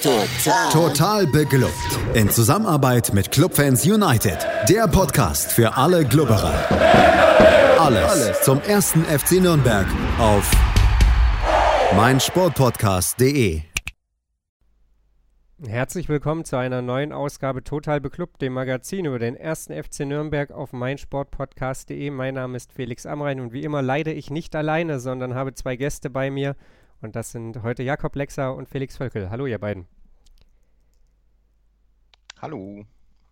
Total beglückt. In Zusammenarbeit mit Clubfans United. Der Podcast für alle Glubberer. Alles zum ersten FC Nürnberg auf meinsportpodcast.de. Herzlich willkommen zu einer neuen Ausgabe Total beklubbt, dem Magazin über den ersten FC Nürnberg auf meinsportpodcast.de. Mein Name ist Felix Amrain und wie immer leide ich nicht alleine, sondern habe zwei Gäste bei mir. Und das sind heute Jakob Lexer und Felix Völkel. Hallo ihr beiden. Hallo.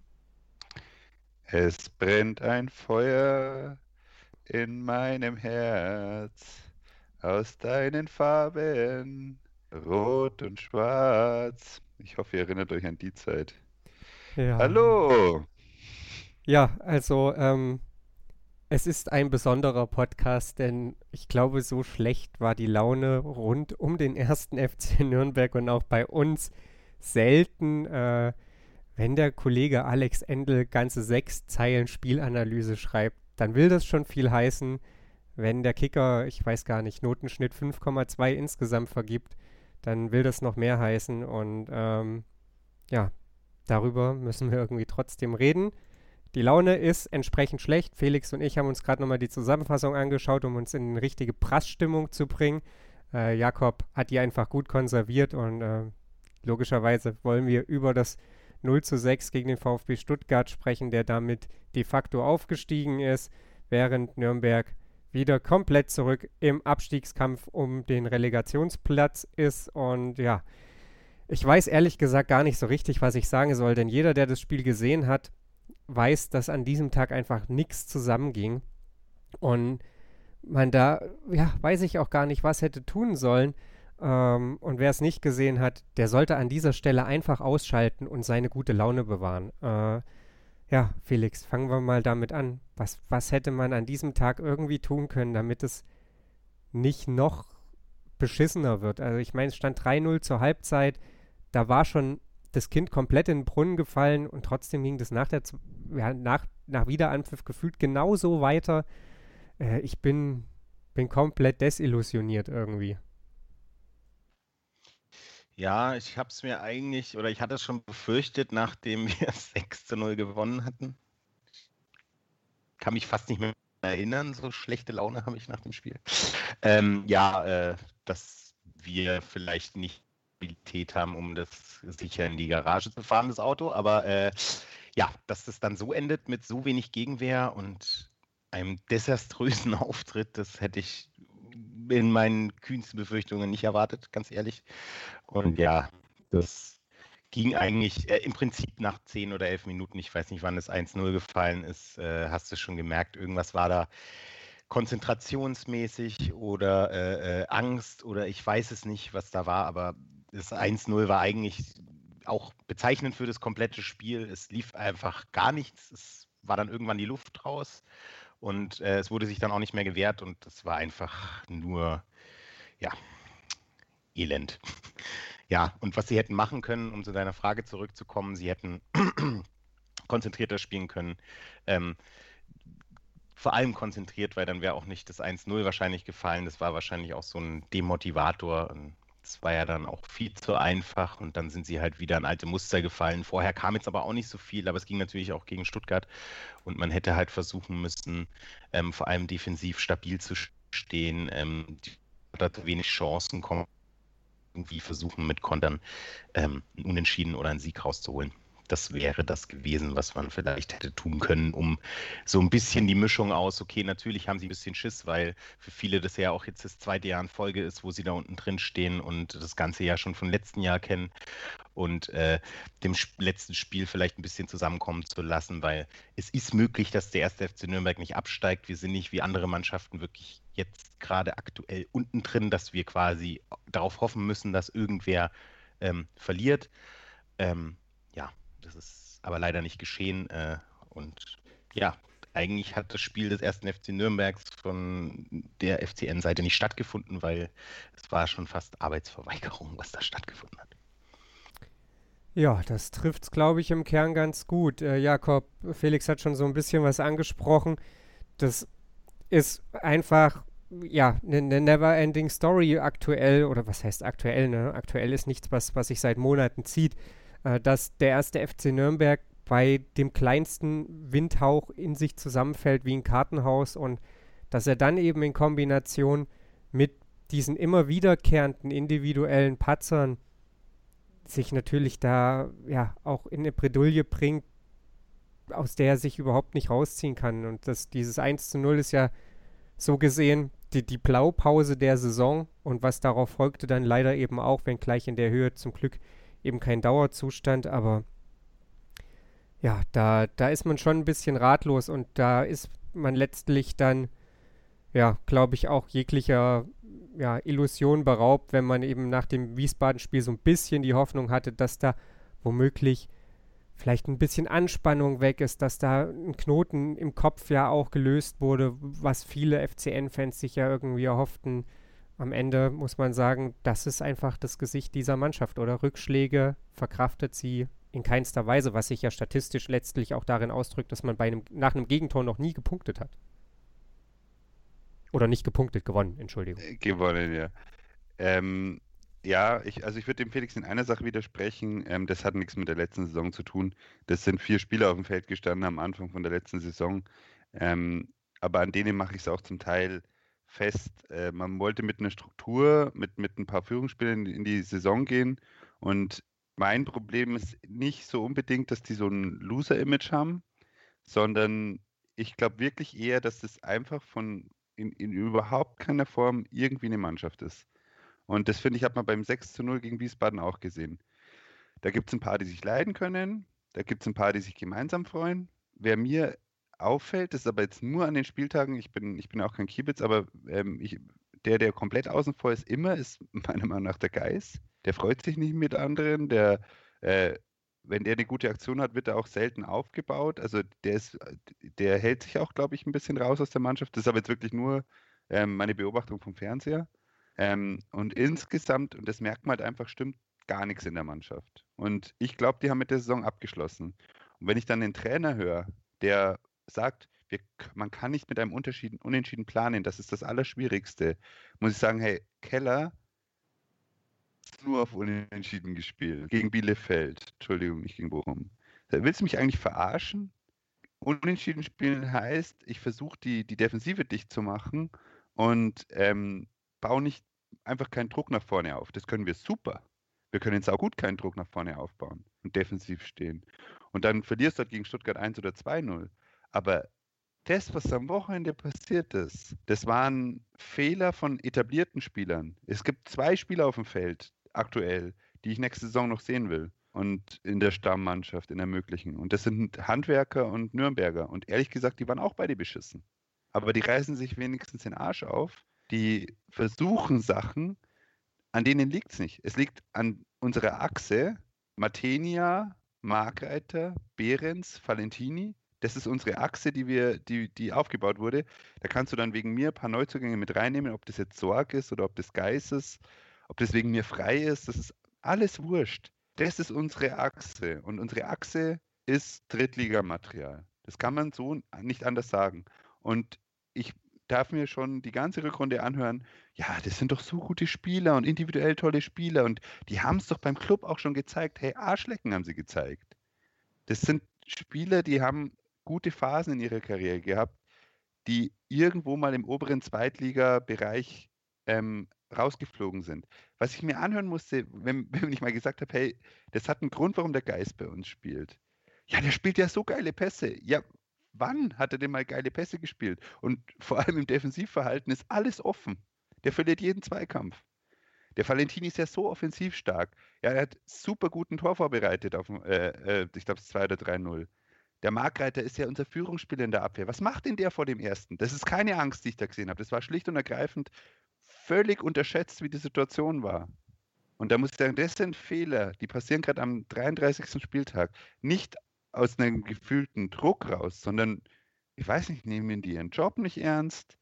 Es brennt ein Feuer in meinem Herz aus deinen Farben, Rot und Schwarz. Ich hoffe, ihr erinnert euch an die Zeit. Ja. Hallo. Ja, also es ist ein besonderer Podcast, denn ich glaube, so schlecht war die Laune rund um den ersten FC Nürnberg und auch bei uns selten, wenn der Kollege Alex Endel ganze 6 Zeilen Spielanalyse schreibt, dann will das schon viel heißen. Wenn der Kicker, ich weiß gar nicht, Notenschnitt 5,2 insgesamt vergibt, dann will das noch mehr heißen und ja, darüber müssen wir irgendwie trotzdem reden. Die Laune ist entsprechend schlecht. Felix und ich haben uns gerade nochmal die Zusammenfassung angeschaut, um uns in eine richtige Prassstimmung zu bringen. Jakob hat die einfach gut konserviert und logischerweise wollen wir über das 0:6 gegen den VfB Stuttgart sprechen, der damit de facto aufgestiegen ist, während Nürnberg wieder komplett zurück im Abstiegskampf um den Relegationsplatz ist. Und ja, ich weiß ehrlich gesagt gar nicht so richtig, was ich sagen soll, denn jeder, der das Spiel gesehen hat, weiß, dass an diesem Tag einfach nichts zusammenging und man da, ja, weiß ich auch gar nicht, was hätte tun sollen. Und wer es nicht gesehen hat, der sollte an dieser Stelle einfach ausschalten und seine gute Laune bewahren. Ja, Felix, fangen wir mal damit an. Was hätte man an diesem Tag irgendwie tun können, damit es nicht noch beschissener wird? Also ich meine, es stand 3:0 zur Halbzeit, da war schon das Kind komplett in den Brunnen gefallen und trotzdem ging das nach Wiederanpfiff gefühlt genauso weiter. Ich bin komplett desillusioniert irgendwie. Ja, ich habe es mir eigentlich, oder ich hatte es schon befürchtet, nachdem wir 6:0 gewonnen hatten. Kann mich fast nicht mehr erinnern, so schlechte Laune habe ich nach dem Spiel. Dass wir vielleicht nicht Mobilität haben, um das sicher in die Garage zu fahren, das Auto. Aber dass das dann so endet mit so wenig Gegenwehr und einem desaströsen Auftritt, das hätte ich in meinen kühnsten Befürchtungen nicht erwartet, ganz ehrlich. Und ja, das ging eigentlich im Prinzip nach 10 oder 11 Minuten, ich weiß nicht, wann das 1:0 gefallen ist, hast du schon gemerkt, irgendwas war da konzentrationsmäßig oder Angst oder ich weiß es nicht, was da war, aber das 1:0 war eigentlich auch bezeichnend für das komplette Spiel. Es lief einfach gar nichts, es war dann irgendwann die Luft raus. Und es wurde sich dann auch nicht mehr gewehrt und es war einfach nur, ja, Elend. Ja, und was sie hätten machen können, um zu deiner Frage zurückzukommen, sie hätten konzentrierter spielen können. Vor allem konzentriert, weil dann wäre auch nicht das 1:0 wahrscheinlich gefallen. Das war wahrscheinlich auch so ein Demotivator. Das war ja dann auch viel zu einfach und dann sind sie halt wieder in alte Muster gefallen. Vorher kam jetzt aber auch nicht so viel, aber es ging natürlich auch gegen Stuttgart und man hätte halt versuchen müssen, vor allem defensiv stabil zu stehen. Die hat wenig Chancen, kommen irgendwie versuchen mit Kontern einen Unentschieden oder einen Sieg rauszuholen. Das wäre das gewesen, was man vielleicht hätte tun können, um so ein bisschen die Mischung aus, okay, natürlich haben sie ein bisschen Schiss, weil für viele das ja auch jetzt das 2. Jahr in Folge ist, wo sie da unten drin stehen und das ganze Jahr schon vom letzten Jahr kennen und dem letzten Spiel vielleicht ein bisschen zusammenkommen zu lassen, weil es ist möglich, dass der erste FC Nürnberg nicht absteigt. Wir sind nicht wie andere Mannschaften wirklich jetzt gerade aktuell unten drin, dass wir quasi darauf hoffen müssen, dass irgendwer verliert. Das ist aber leider nicht geschehen. Und ja, eigentlich hat das Spiel des ersten FC Nürnbergs von der FCN-Seite nicht stattgefunden, weil es war schon fast Arbeitsverweigerung, was da stattgefunden hat. Ja, das trifft es, glaube ich, im Kern ganz gut. Jakob, Felix hat schon so ein bisschen was angesprochen. Das ist einfach ja, eine never-ending Story aktuell, oder was heißt aktuell, ne? Aktuell ist nichts, was sich seit Monaten zieht, dass der erste FC Nürnberg bei dem kleinsten Windhauch in sich zusammenfällt wie ein Kartenhaus und dass er dann eben in Kombination mit diesen immer wiederkehrenden individuellen Patzern sich natürlich da ja auch in eine Bredouille bringt, aus der er sich überhaupt nicht rausziehen kann. Und dieses 1:0 ist ja so gesehen die Blaupause der Saison und was darauf folgte dann leider eben auch, wenngleich in der Höhe zum Glück eben kein Dauerzustand, aber ja, da ist man schon ein bisschen ratlos und da ist man letztlich dann, ja, glaube ich, auch jeglicher Illusion beraubt, wenn man eben nach dem Wiesbaden-Spiel so ein bisschen die Hoffnung hatte, dass da womöglich vielleicht ein bisschen Anspannung weg ist, dass da ein Knoten im Kopf ja auch gelöst wurde, was viele FCN-Fans sich ja irgendwie erhofften. Am Ende muss man sagen, das ist einfach das Gesicht dieser Mannschaft, oder? Rückschläge verkraftet sie in keinster Weise, was sich ja statistisch letztlich auch darin ausdrückt, dass man nach einem Gegentor noch nie gepunktet hat. Oder nicht gepunktet, gewonnen, Entschuldigung. Gewonnen, ja. Also ich würde dem Felix in einer Sache widersprechen. Das hat nichts mit der letzten Saison zu tun. Das sind 4 Spieler auf dem Feld gestanden am Anfang von der letzten Saison. Aber an denen mache ich es auch zum Teil fest. Man wollte mit einer Struktur, mit ein paar Führungsspielern in die Saison gehen. Und mein Problem ist nicht so unbedingt, dass die so ein Loser-Image haben, sondern ich glaube wirklich eher, dass das einfach in überhaupt keiner Form irgendwie eine Mannschaft ist. Und das finde ich, hat man beim 6:0 gegen Wiesbaden auch gesehen. Da gibt es ein paar, die sich leiden können, da gibt es ein paar, die sich gemeinsam freuen. Wer mir auffällt, das ist aber jetzt nur an den Spieltagen, ich bin auch kein Kiebitz, aber der komplett außen vor ist immer, ist meiner Meinung nach der Geis. Der freut sich nicht mit anderen, wenn der eine gute Aktion hat, wird er auch selten aufgebaut. Also der hält sich auch, glaube ich, ein bisschen raus aus der Mannschaft. Das ist aber jetzt wirklich nur meine Beobachtung vom Fernseher. Und insgesamt, und das merkt man halt einfach, stimmt gar nichts in der Mannschaft. Und ich glaube, die haben mit der Saison abgeschlossen. Und wenn ich dann den Trainer höre, der sagt, man kann nicht mit einem Unentschieden planen, das ist das Allerschwierigste, muss ich sagen, hey, Keller ist nur auf Unentschieden gespielt. Gegen Bielefeld. Entschuldigung, nicht gegen Bochum. Willst du mich eigentlich verarschen? Unentschieden spielen heißt, ich versuche die Defensive dicht zu machen und baue nicht einfach keinen Druck nach vorne auf. Das können wir super. Wir können jetzt auch gut keinen Druck nach vorne aufbauen und defensiv stehen. Und dann verlierst du halt gegen Stuttgart 1 oder 2:0. Aber das, was am Wochenende passiert ist, das waren Fehler von etablierten Spielern. Es gibt 2 Spieler auf dem Feld aktuell, die ich nächste Saison noch sehen will. Und in der Stammmannschaft, in der möglichen. Und das sind Handwerker und Nürnberger. Und ehrlich gesagt, die waren auch beide beschissen. Aber die reißen sich wenigstens den Arsch auf. Die versuchen Sachen, an denen liegt es nicht. Es liegt an unserer Achse. Matenia, Markreiter, Behrens, Valentini. Das ist unsere Achse, die aufgebaut wurde. Da kannst du dann wegen mir ein paar Neuzugänge mit reinnehmen, ob das jetzt Sorg ist oder ob das Geis ist, ob das wegen mir frei ist. Das ist alles wurscht. Das ist unsere Achse. Und unsere Achse ist Drittligamaterial. Das kann man so nicht anders sagen. Und ich darf mir schon die ganze Rückrunde anhören, ja, das sind doch so gute Spieler und individuell tolle Spieler. Und die haben es doch beim Club auch schon gezeigt. Hey, Arschlecken haben sie gezeigt. Das sind Spieler, die haben gute Phasen in ihrer Karriere gehabt, die irgendwo mal im oberen Zweitliga-Bereich rausgeflogen sind. Was ich mir anhören musste, wenn ich mal gesagt habe, hey, das hat einen Grund, warum der Geist bei uns spielt. Ja, der spielt ja so geile Pässe. Ja, wann hat er denn mal geile Pässe gespielt? Und vor allem im Defensivverhalten ist alles offen. Der verliert jeden Zweikampf. Der Valentini ist ja so offensiv stark. Ja, er hat super guten Tor vorbereitet auf, ich glaube, es 2 oder 3:0. Der Markreiter ist ja unser Führungsspieler in der Abwehr. Was macht denn der vor dem ersten? Das ist keine Angst, die ich da gesehen habe. Das war schlicht und ergreifend völlig unterschätzt, wie die Situation war. Und da muss ich sagen, das sind Fehler, die passieren gerade am 33. Spieltag. Nicht aus einem gefühlten Druck raus, sondern, ich weiß nicht, nehmen die ihren Job nicht ernst?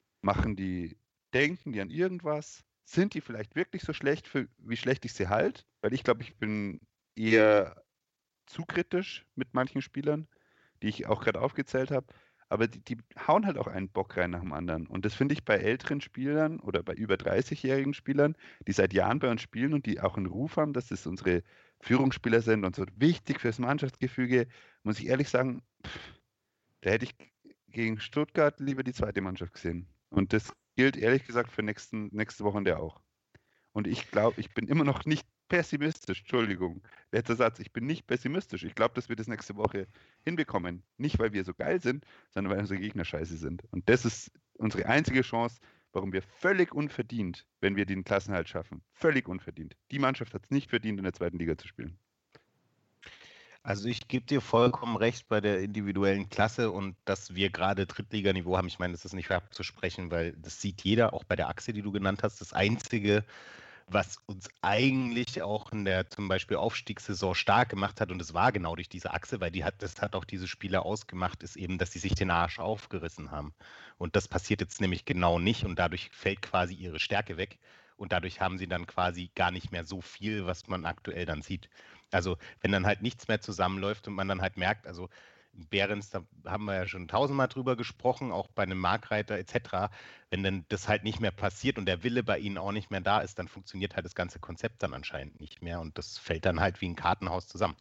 Denken die an irgendwas? Sind die vielleicht wirklich so schlecht, wie schlecht ich sie halte? Weil ich glaube, ich bin eher zu kritisch mit manchen Spielern, die ich auch gerade aufgezählt habe. aber die hauen halt auch einen Bock rein nach dem anderen. Und das finde ich bei älteren Spielern oder bei über 30-jährigen Spielern, die seit Jahren bei uns spielen und die auch einen Ruf haben, dass es unsere Führungsspieler sind und so wichtig fürs Mannschaftsgefüge, muss ich ehrlich sagen, da hätte ich gegen Stuttgart lieber die zweite Mannschaft gesehen. Und das gilt ehrlich gesagt für nächste Woche auch. Und ich glaube, ich bin immer noch nicht pessimistisch. Entschuldigung, letzter Satz. Ich bin nicht pessimistisch. Ich glaube, dass wir das nächste Woche hinbekommen. Nicht, weil wir so geil sind, sondern weil unsere Gegner scheiße sind. Und das ist unsere einzige Chance, warum wir völlig unverdient, wenn wir den Klassenerhalt schaffen, völlig unverdient. Die Mannschaft hat es nicht verdient, in der zweiten Liga zu spielen. Also ich gebe dir vollkommen recht bei der individuellen Klasse und dass wir gerade Drittliganiveau haben. Ich meine, das ist nicht abzusprechen, weil das sieht jeder, auch bei der Achse, die du genannt hast. Das Einzige, was uns eigentlich auch in der zum Beispiel Aufstiegssaison stark gemacht hat, und es war genau durch diese Achse, weil das hat auch diese Spieler ausgemacht, ist eben, dass sie sich den Arsch aufgerissen haben. Und das passiert jetzt nämlich genau nicht und dadurch fällt quasi ihre Stärke weg. Und dadurch haben sie dann quasi gar nicht mehr so viel, was man aktuell dann sieht. Also wenn dann halt nichts mehr zusammenläuft und man dann halt merkt, also Behrens, da haben wir ja schon tausendmal drüber gesprochen, auch bei einem Markreiter etc. Wenn dann das halt nicht mehr passiert und der Wille bei ihnen auch nicht mehr da ist, dann funktioniert halt das ganze Konzept dann anscheinend nicht mehr und das fällt dann halt wie ein Kartenhaus zusammen.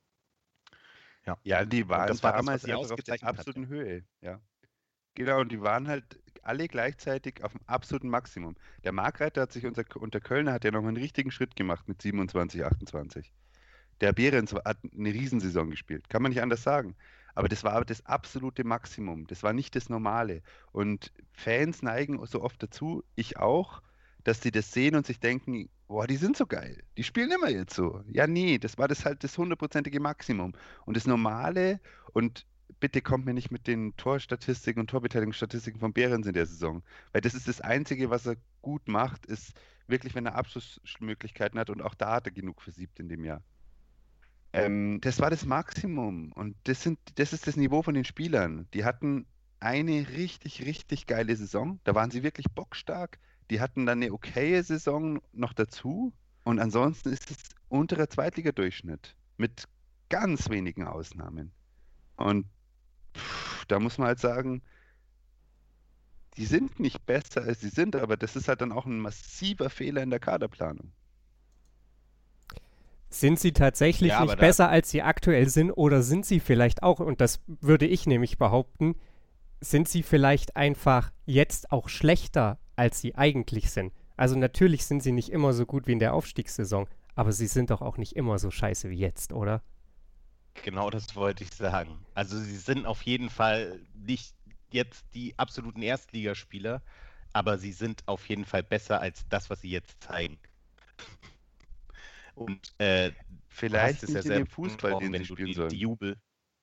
Ja, die waren das war damals das, was sie einfach auf der ausgezeichnet hat, absoluten Höhe. Ja. Genau, und die waren halt alle gleichzeitig auf dem absoluten Maximum. Der Markreiter hat sich unter Kölner hat ja noch einen richtigen Schritt gemacht mit 27, 28. Der Behrens hat eine Riesensaison gespielt, kann man nicht anders sagen. Aber das war das absolute Maximum. Das war nicht das Normale. Und Fans neigen so oft dazu, ich auch, dass die das sehen und sich denken, boah, die sind so geil. Die spielen immer jetzt so. Ja, nee, das war das halt das hundertprozentige Maximum. Und das Normale, und bitte kommt mir nicht mit den Torstatistiken und Torbeteiligungsstatistiken von Behrens in der Saison. Weil das ist das Einzige, was er gut macht, ist wirklich, wenn er Abschlussmöglichkeiten hat. Und auch da hat er genug versiebt in dem Jahr. Das war das Maximum und das ist das Niveau von den Spielern. Die hatten eine richtig, richtig geile Saison. Da waren sie wirklich bockstark. Die hatten dann eine okaye Saison noch dazu und ansonsten ist es unterer Zweitligadurchschnitt mit ganz wenigen Ausnahmen. Und da muss man halt sagen, die sind nicht besser, als sie sind, aber das ist halt dann auch ein massiver Fehler in der Kaderplanung. Sind sie tatsächlich nicht besser, als sie aktuell sind, oder sind sie vielleicht auch, und das würde ich nämlich behaupten, sind sie vielleicht einfach jetzt auch schlechter, als sie eigentlich sind? Also natürlich sind sie nicht immer so gut wie in der Aufstiegssaison, aber sie sind doch auch nicht immer so scheiße wie jetzt, oder? Genau das wollte ich sagen. Also sie sind auf jeden Fall nicht jetzt die absoluten Erstligaspieler, aber sie sind auf jeden Fall besser als das, was sie jetzt zeigen. Und vielleicht nicht in dem Fußball, den sie spielen sollen.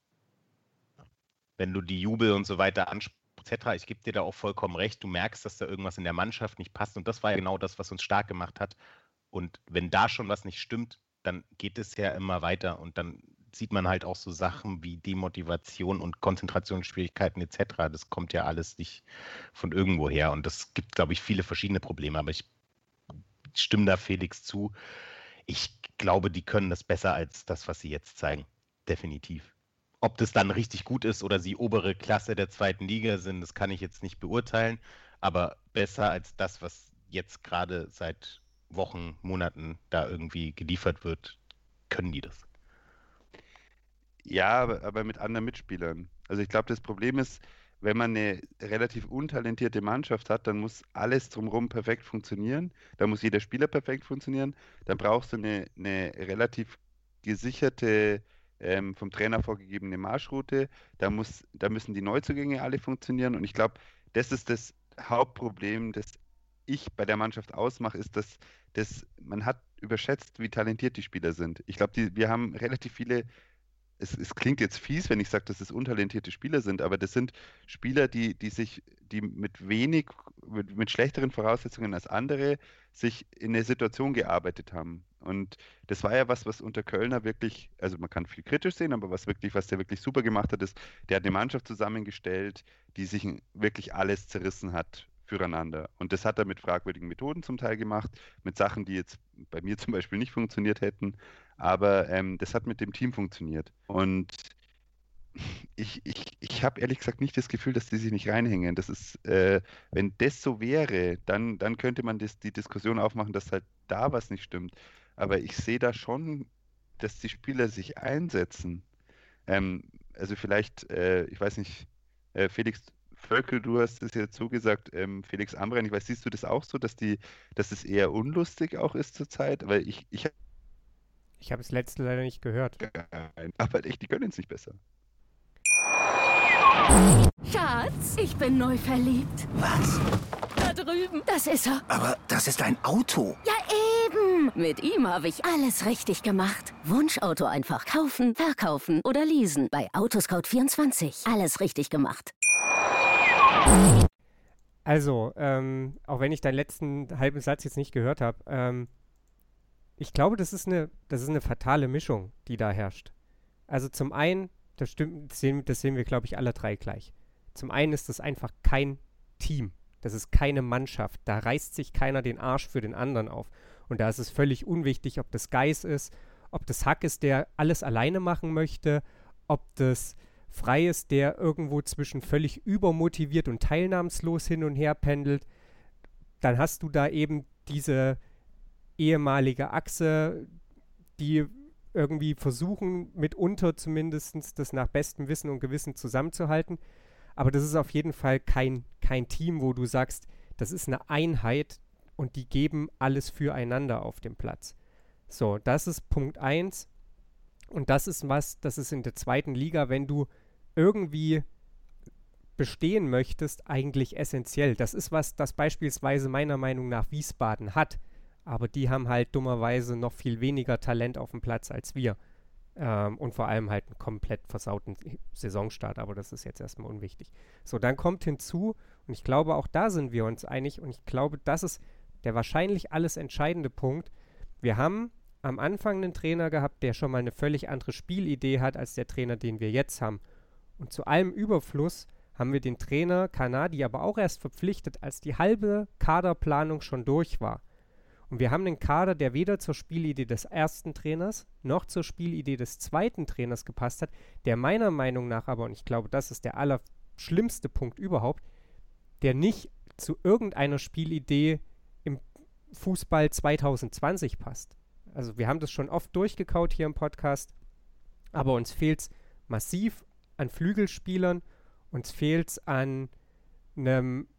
Wenn du die Jubel und so weiter ansprichst, etc., ich gebe dir da auch vollkommen recht, du merkst, dass da irgendwas in der Mannschaft nicht passt und das war ja genau das, was uns stark gemacht hat. Und wenn da schon was nicht stimmt, dann geht es ja immer weiter und dann sieht man halt auch so Sachen wie Demotivation und Konzentrationsschwierigkeiten etc. Das kommt ja alles nicht von irgendwo her und das gibt, glaube ich, viele verschiedene Probleme, aber ich stimme da Felix zu. Ich glaube, die können das besser als das, was sie jetzt zeigen. Definitiv. Ob das dann richtig gut ist oder sie obere Klasse der zweiten Liga sind, das kann ich jetzt nicht beurteilen. Aber besser als das, was jetzt gerade seit Wochen, Monaten da irgendwie geliefert wird, können die das. Ja, aber mit anderen Mitspielern. Also ich glaube, das Problem ist, wenn man eine relativ untalentierte Mannschaft hat, dann muss alles drumherum perfekt funktionieren. Da muss jeder Spieler perfekt funktionieren. Dann brauchst du eine relativ gesicherte, vom Trainer vorgegebene Marschroute. Da müssen die Neuzugänge alle funktionieren. Und ich glaube, das ist das Hauptproblem, das ich bei der Mannschaft ausmache, ist, dass man hat überschätzt, wie talentiert die Spieler sind. Ich glaube, wir haben relativ viele. Es klingt jetzt fies, wenn ich sage, dass es untalentierte Spieler sind, aber das sind Spieler, die mit schlechteren Voraussetzungen als andere sich in eine Situation gearbeitet haben. Und das war ja was unter Kölner wirklich, also man kann viel kritisch sehen, aber was der wirklich super gemacht hat, ist, der hat eine Mannschaft zusammengestellt, die sich wirklich alles zerrissen hat füreinander. Und das hat er mit fragwürdigen Methoden zum Teil gemacht, mit Sachen, die jetzt bei mir zum Beispiel nicht funktioniert hätten. Aber das hat mit dem Team funktioniert. Und Ich habe ehrlich gesagt nicht das Gefühl, dass die sich nicht reinhängen. Das ist, wenn das so wäre, dann könnte man die Diskussion aufmachen, dass halt da was nicht stimmt. Aber ich sehe da schon, dass die Spieler sich einsetzen. Also vielleicht, ich weiß nicht, Felix Völkel, du hast es ja zugesagt, Felix Amrain, ich weiß, siehst du das auch so, dass es eher unlustig auch ist zurzeit? Weil ich habe Ich habe das letzte leider nicht gehört. aber echt, die können es nicht besser. Schatz, ich bin neu verliebt. Was? Da drüben. Das ist er. Aber das ist ein Auto. Ja, eben. Mit ihm habe ich alles richtig gemacht. Wunschauto einfach kaufen, verkaufen oder leasen. Bei Autoscout24. Alles richtig gemacht. Also, auch wenn ich deinen letzten halben Satz jetzt nicht gehört habe, ich glaube, das ist eine fatale Mischung, die da herrscht. Also zum einen, das stimmt, das sehen wir, glaube ich, alle drei gleich. Zum einen ist das einfach kein Team. Das ist keine Mannschaft. Da reißt sich keiner den Arsch für den anderen auf. Und da ist es völlig unwichtig, ob das Geis ist, ob das Hack ist, der alles alleine machen möchte, ob das Frei ist, der irgendwo zwischen völlig übermotiviert und teilnahmslos hin und her pendelt. Dann hast du da eben diese ehemalige Achse, die irgendwie versuchen, mitunter zumindest das nach bestem Wissen und Gewissen zusammenzuhalten. Aber das ist auf jeden Fall kein Team, wo du sagst, das ist eine Einheit und die geben alles füreinander auf dem Platz. So, das ist Punkt 1. Und das ist in der zweiten Liga, wenn du irgendwie bestehen möchtest, eigentlich essentiell. Das ist was, das beispielsweise meiner Meinung nach Wiesbaden hat. Aber die haben halt dummerweise noch viel weniger Talent auf dem Platz als wir. Und vor allem halt einen komplett versauten Saisonstart. Aber das ist jetzt erstmal unwichtig. So, dann kommt hinzu, und ich glaube, auch da sind wir uns einig, und ich glaube, das ist der wahrscheinlich alles entscheidende Punkt. Wir haben am Anfang einen Trainer gehabt, der schon mal eine völlig andere Spielidee hat als der Trainer, den wir jetzt haben. Und zu allem Überfluss haben wir den Trainer Canadi aber auch erst verpflichtet, als die halbe Kaderplanung schon durch war. Und wir haben einen Kader, der weder zur Spielidee des ersten Trainers noch zur Spielidee des zweiten Trainers gepasst hat, der meiner Meinung nach aber, und ich glaube, das ist der allerschlimmste Punkt überhaupt, der nicht zu irgendeiner Spielidee im Fußball 2020 passt. Also wir haben das schon oft durchgekaut hier im Podcast, aber uns fehlt es massiv an Flügelspielern, uns fehlt es an einem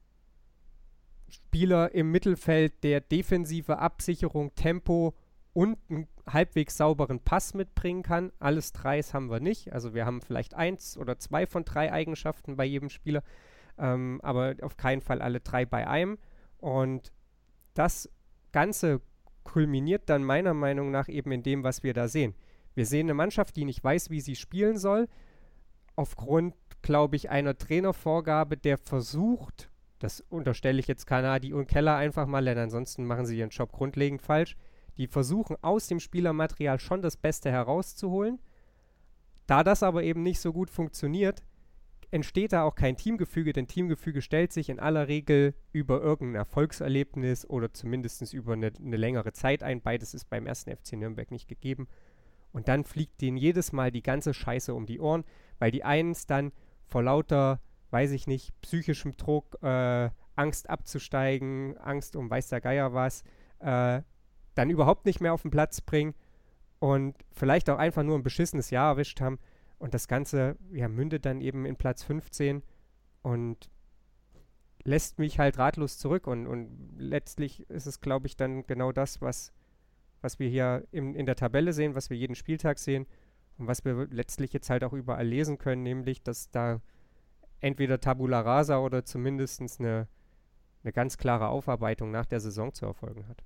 Spieler im Mittelfeld, der defensive Absicherung, Tempo und einen halbwegs sauberen Pass mitbringen kann. Alles dreis haben wir nicht. Also wir haben vielleicht 1 oder 2 von 3 Eigenschaften bei jedem Spieler, aber auf keinen Fall alle 3 bei einem. Und das Ganze kulminiert dann meiner Meinung nach eben in dem, was wir da sehen. Wir sehen eine Mannschaft, die nicht weiß, wie sie spielen soll, aufgrund, glaube ich, einer Trainervorgabe, der versucht, das unterstelle ich jetzt Canadi und Keller einfach mal, denn ansonsten machen sie ihren Job grundlegend falsch, die versuchen aus dem Spielermaterial schon das Beste herauszuholen. Da das aber eben nicht so gut funktioniert, entsteht da auch kein Teamgefüge, denn Teamgefüge stellt sich in aller Regel über irgendein Erfolgserlebnis oder zumindest über eine längere Zeit ein. Beides ist beim ersten FC Nürnberg nicht gegeben. Und dann fliegt denen jedes Mal die ganze Scheiße um die Ohren, weil die einen es dann vor lauter, weiß ich nicht, psychischem Druck, Angst abzusteigen, Angst um weiß der Geier was, dann überhaupt nicht mehr auf den Platz bringen und vielleicht auch einfach nur ein beschissenes Jahr erwischt haben. Und das Ganze mündet dann eben in Platz 15 und lässt mich halt ratlos zurück. Und letztlich ist es, glaube ich, dann genau das, was wir hier in der Tabelle sehen, was wir jeden Spieltag sehen und was wir letztlich jetzt halt auch überall lesen können, nämlich, dass da entweder Tabula Rasa oder zumindest eine ganz klare Aufarbeitung nach der Saison zu erfolgen hat.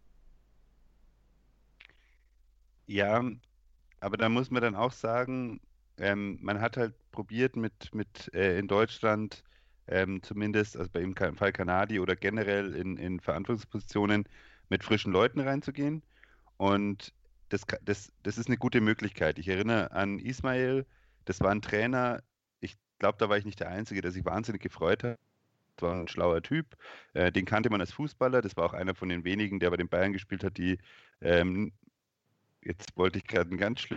Ja, aber da muss man dann auch sagen, man hat halt probiert mit in Deutschland zumindest, also bei im Fall Canadi oder generell in Verantwortungspositionen mit frischen Leuten reinzugehen. Und das ist eine gute Möglichkeit. Ich erinnere an Ismail, das war ein Trainer, ich glaube, da war ich nicht der Einzige, der sich wahnsinnig gefreut hat. Das war ein schlauer Typ, den kannte man als Fußballer, das war auch einer von den wenigen, der bei den Bayern gespielt hat, die, jetzt wollte ich gerade ein ganz schlimmes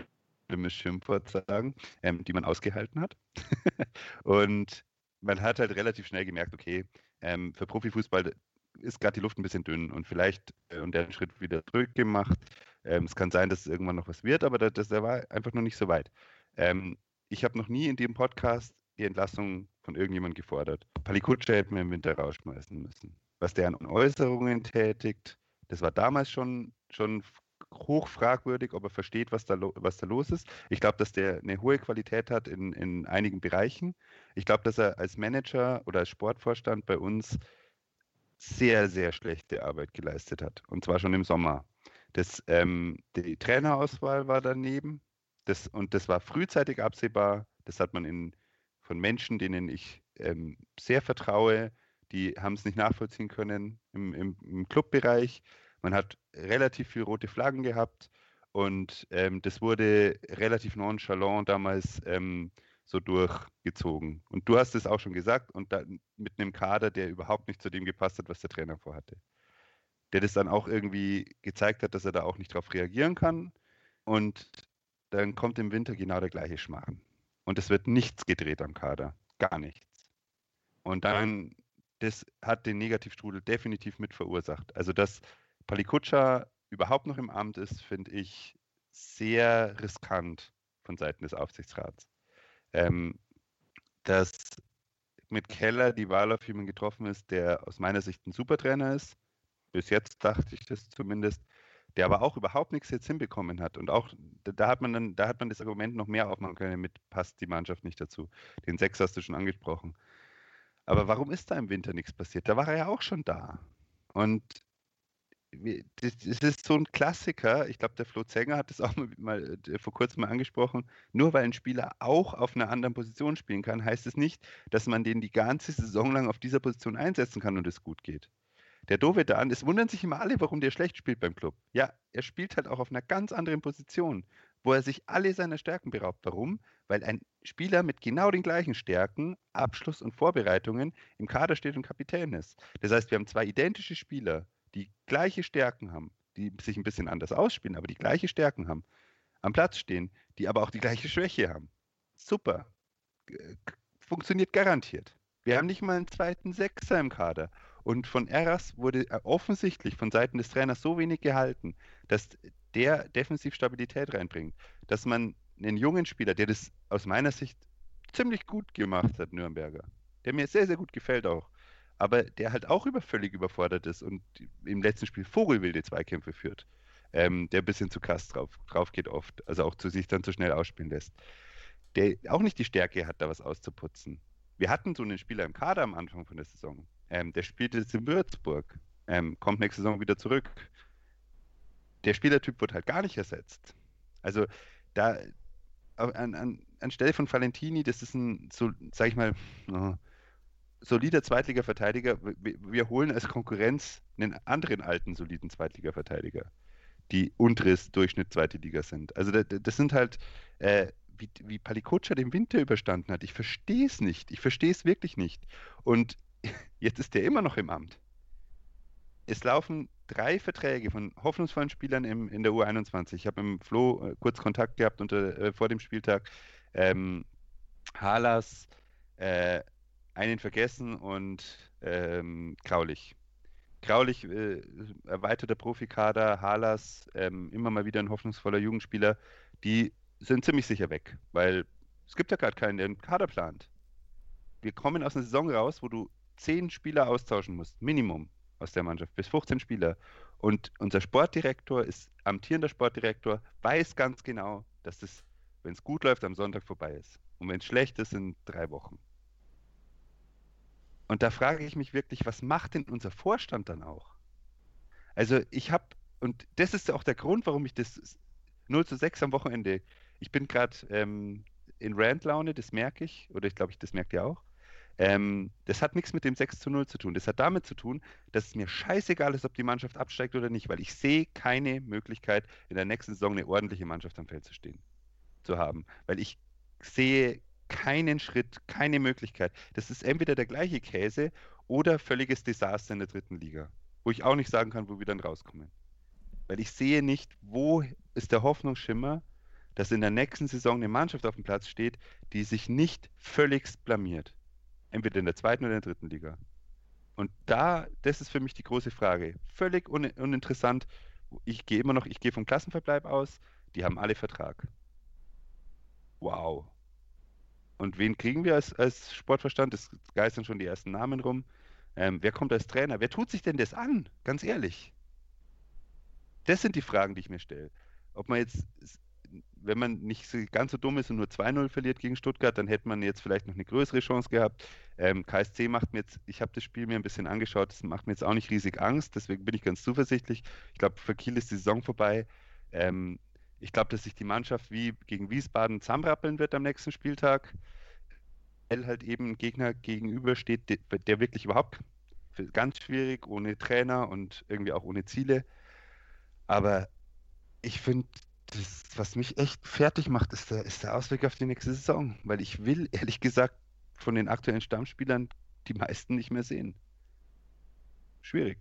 schlimmes Schimpfwort sagen, die man ausgehalten hat. Und man hat halt relativ schnell gemerkt, okay, für Profifußball ist gerade die Luft ein bisschen dünn und vielleicht und der Schritt wieder zurückgemacht. Es kann sein, dass es irgendwann noch was wird, aber der war einfach noch nicht so weit. Ich habe noch nie in dem Podcast die Entlassung von irgendjemandem gefordert. Palikutsche hätten wir im Winter rausschmeißen müssen. Was der an Äußerungen tätigt, das war damals schon hoch fragwürdig, ob er versteht, was da los ist. Ich glaube, dass der eine hohe Qualität hat in einigen Bereichen. Ich glaube, dass er als Manager oder als Sportvorstand bei uns sehr, sehr schlechte Arbeit geleistet hat. Und zwar schon im Sommer. Die Trainerauswahl war daneben. Das war frühzeitig absehbar. Das hat man von Menschen, denen ich sehr vertraue, die haben es nicht nachvollziehen können im Clubbereich. Man hat relativ viel rote Flaggen gehabt und das wurde relativ nonchalant damals so durchgezogen. Und du hast es auch schon gesagt, und mit einem Kader, der überhaupt nicht zu dem gepasst hat, was der Trainer vorhatte. Der das dann auch irgendwie gezeigt hat, dass er da auch nicht drauf reagieren kann. Und dann kommt im Winter genau der gleiche Schmarrn. Und es wird nichts gedreht am Kader. Gar nichts. Und dann, das hat den Negativstrudel definitiv mit verursacht. Also, dass Palikutscha überhaupt noch im Amt ist, finde ich sehr riskant von Seiten des Aufsichtsrats. Dass mit Keller die Wahl auf jemanden getroffen ist, der aus meiner Sicht ein Supertrainer ist. Bis jetzt dachte ich das zumindest. Der aber auch überhaupt nichts jetzt hinbekommen hat. Und auch da hat man das Argument noch mehr aufmachen können mit passt die Mannschaft nicht dazu. Den 6 hast du schon angesprochen. Aber warum ist da im Winter nichts passiert? Da war er ja auch schon da. Und das ist so ein Klassiker. Ich glaube, der Flo Zenger hat das auch mal vor kurzem mal angesprochen. Nur weil ein Spieler auch auf einer anderen Position spielen kann, heißt es nicht, dass man den die ganze Saison lang auf dieser Position einsetzen kann und es gut geht. Der Dovedan, es wundern sich immer alle, warum der schlecht spielt beim Club. Ja, er spielt halt auch auf einer ganz anderen Position, wo er sich alle seiner Stärken beraubt. Warum? Weil ein Spieler mit genau den gleichen Stärken, Abschluss und Vorbereitungen im Kader steht und Kapitän ist. Das heißt, wir haben zwei identische Spieler, die gleiche Stärken haben, die sich ein bisschen anders ausspielen, aber die gleiche Stärken haben, am Platz stehen, die aber auch die gleiche Schwäche haben. Super. Funktioniert garantiert. Wir haben nicht mal einen zweiten Sechser im Kader. Und von Eras wurde offensichtlich von Seiten des Trainers so wenig gehalten, dass der defensiv Stabilität reinbringt. Dass man einen jungen Spieler, der das aus meiner Sicht ziemlich gut gemacht hat, Nürnberger, der mir sehr, sehr gut gefällt auch, aber der halt auch völlig überfordert ist und im letzten Spiel vogelwilde Zweikämpfe führt, der ein bisschen zu krass drauf geht oft, also auch sich dann zu schnell ausspielen lässt. Der auch nicht die Stärke hat, da was auszuputzen. Wir hatten so einen Spieler im Kader am Anfang von der Saison. Der spielt jetzt in Würzburg, kommt nächste Saison wieder zurück. Der Spielertyp wird halt gar nicht ersetzt. Also da anstelle von Valentini, das ist ein, so, sag ich mal, solider Zweitliga-Verteidiger. Wir holen als Konkurrenz einen anderen alten, soliden Zweitliga-Verteidiger, die unteres Durchschnitt zweite Liga sind. Also das sind halt, wie Palikutscha den Winter überstanden hat. Ich verstehe es nicht. Ich verstehe es wirklich nicht. Und jetzt ist der immer noch im Amt. Es laufen 3 Verträge von hoffnungsvollen Spielern in der U21. Ich habe mit Flo kurz Kontakt gehabt vor dem Spieltag. Halas, einen vergessen und Graulich. Graulich, erweiterter Profikader, Halas, immer mal wieder ein hoffnungsvoller Jugendspieler, die sind ziemlich sicher weg, weil es gibt ja gerade keinen, der einen Kader plant. Wir kommen aus einer Saison raus, wo du 10 Spieler austauschen musst, Minimum aus der Mannschaft, bis 15 Spieler. Und unser Sportdirektor ist amtierender Sportdirektor, weiß ganz genau, dass das, wenn es gut läuft, am Sonntag vorbei ist. Und wenn es schlecht ist, in 3 Wochen. Und da frage ich mich wirklich, was macht denn unser Vorstand dann auch? Also und das ist auch der Grund, warum ich das 0:6 am Wochenende, ich bin gerade in Rant-Laune, das merke ich, oder ich glaube, das merkt ihr auch. Das hat nichts mit dem 6:0 zu tun. Das hat damit zu tun, dass es mir scheißegal ist, ob die Mannschaft absteigt oder nicht, weil ich sehe keine Möglichkeit, in der nächsten Saison eine ordentliche Mannschaft am Feld zu haben. Weil ich sehe keinen Schritt, keine Möglichkeit. Das ist entweder der gleiche Käse oder völliges Desaster in der 3. Liga, wo ich auch nicht sagen kann, wo wir dann rauskommen. Weil ich sehe nicht, wo ist der Hoffnungsschimmer, dass in der nächsten Saison eine Mannschaft auf dem Platz steht, die sich nicht völligst blamiert. Entweder in der 2. oder in der 3. Liga. Und das ist für mich die große Frage. Völlig uninteressant. Ich gehe vom Klassenverbleib aus. Die haben alle Vertrag. Wow. Und wen kriegen wir als Sportverstand? Es geistern schon die ersten Namen rum. Wer kommt als Trainer? Wer tut sich denn das an? Ganz ehrlich. Das sind die Fragen, die ich mir stelle. Ob man jetzt, wenn man nicht ganz so dumm ist und nur 2-0 verliert gegen Stuttgart, dann hätte man jetzt vielleicht noch eine größere Chance gehabt. KSC macht mir jetzt, ich habe das Spiel mir ein bisschen angeschaut, das macht mir jetzt auch nicht riesig Angst, deswegen bin ich ganz zuversichtlich. Ich glaube, für Kiel ist die Saison vorbei. Ich glaube, dass sich die Mannschaft wie gegen Wiesbaden zusammenrappeln wird am nächsten Spieltag, weil halt eben ein Gegner gegenübersteht, der wirklich überhaupt ganz schwierig, ohne Trainer und irgendwie auch ohne Ziele. Aber ich finde, das, was mich echt fertig macht, ist der Ausblick auf die nächste Saison. Weil ich will, ehrlich gesagt, von den aktuellen Stammspielern die meisten nicht mehr sehen. Schwierig.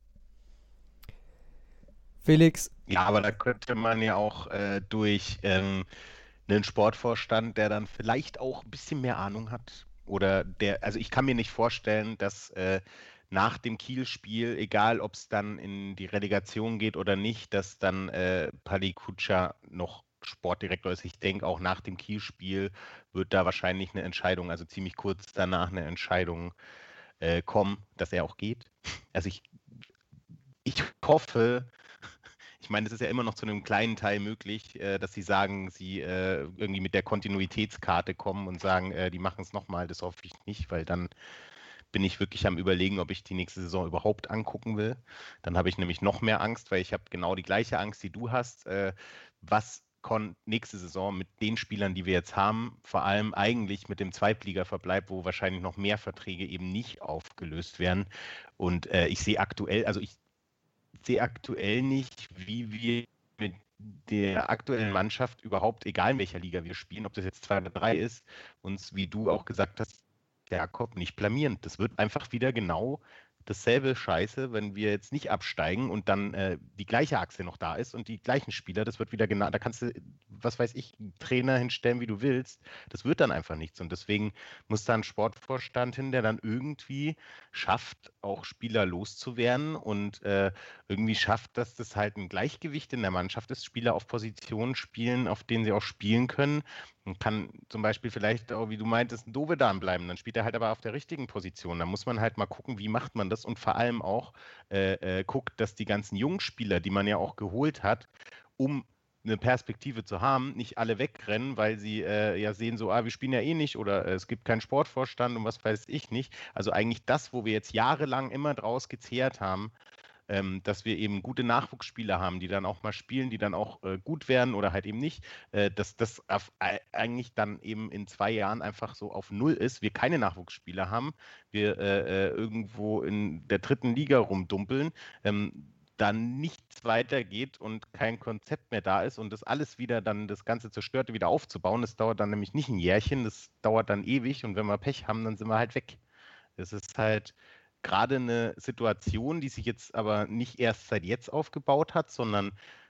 Felix. Ja, aber da könnte man ja auch durch einen Sportvorstand, der dann vielleicht auch ein bisschen mehr Ahnung hat. Oder also ich kann mir nicht vorstellen, dass nach dem Kiel-Spiel, egal ob es dann in die Relegation geht oder nicht, dass dann Pali Kutscher noch Sportdirektor ist. Ich denke, auch nach dem Kiel-Spiel wird da wahrscheinlich eine Entscheidung, also ziemlich kurz danach eine Entscheidung kommen, dass er auch geht. Also ich hoffe, ich meine, es ist ja immer noch zu einem kleinen Teil möglich, dass sie sagen, sie irgendwie mit der Kontinuitätskarte kommen und sagen, die machen es nochmal. Das hoffe ich nicht, weil dann bin ich wirklich am Überlegen, ob ich die nächste Saison überhaupt angucken will. Dann habe ich nämlich noch mehr Angst, weil ich habe genau die gleiche Angst, die du hast. Was nächste Saison mit den Spielern, die wir jetzt haben, vor allem eigentlich mit dem Zweitliga-Verbleib, wo wahrscheinlich noch mehr Verträge eben nicht aufgelöst werden. Und ich sehe aktuell nicht, wie wir mit der aktuellen Mannschaft überhaupt, egal in welcher Liga wir spielen, ob das jetzt 2 oder 3 ist, uns, wie du auch gesagt hast, Jakob, nicht blamieren. Das wird einfach wieder genau dasselbe Scheiße, wenn wir jetzt nicht absteigen und dann die gleiche Achse noch da ist und die gleichen Spieler, das wird wieder genau, da kannst du, was weiß ich, einen Trainer hinstellen, wie du willst, das wird dann einfach nichts und deswegen muss da ein Sportvorstand hin, der dann irgendwie schafft, auch Spieler loszuwerden und irgendwie schafft, dass das halt ein Gleichgewicht in der Mannschaft ist, Spieler auf Positionen spielen, auf denen sie auch spielen können. Und kann zum Beispiel vielleicht auch, wie du meintest, ein Dovedan bleiben. Dann spielt er halt aber auf der richtigen Position. Da muss man halt mal gucken, wie macht man das und vor allem auch guckt, dass die ganzen Jungspieler, die man ja auch geholt hat, um eine Perspektive zu haben, nicht alle wegrennen, weil sie ja sehen so, wir spielen ja eh nicht oder es gibt keinen Sportvorstand und was weiß ich nicht. Also eigentlich das, wo wir jetzt jahrelang immer draus gezehrt haben, dass wir eben gute Nachwuchsspieler haben, die dann auch mal spielen, die dann auch gut werden oder halt eben nicht, dass das eigentlich dann eben in 2 Jahren einfach so auf Null ist, wir keine Nachwuchsspieler haben, wir irgendwo in der 3. Liga rumdumpeln, dann nichts weitergeht und kein Konzept mehr da ist und das alles wieder dann, das ganze Zerstörte wieder aufzubauen, das dauert dann nämlich nicht ein Jährchen, das dauert dann ewig und wenn wir Pech haben, dann sind wir halt weg. Das ist halt gerade eine Situation, die sich jetzt aber nicht erst seit jetzt aufgebaut hat, sondern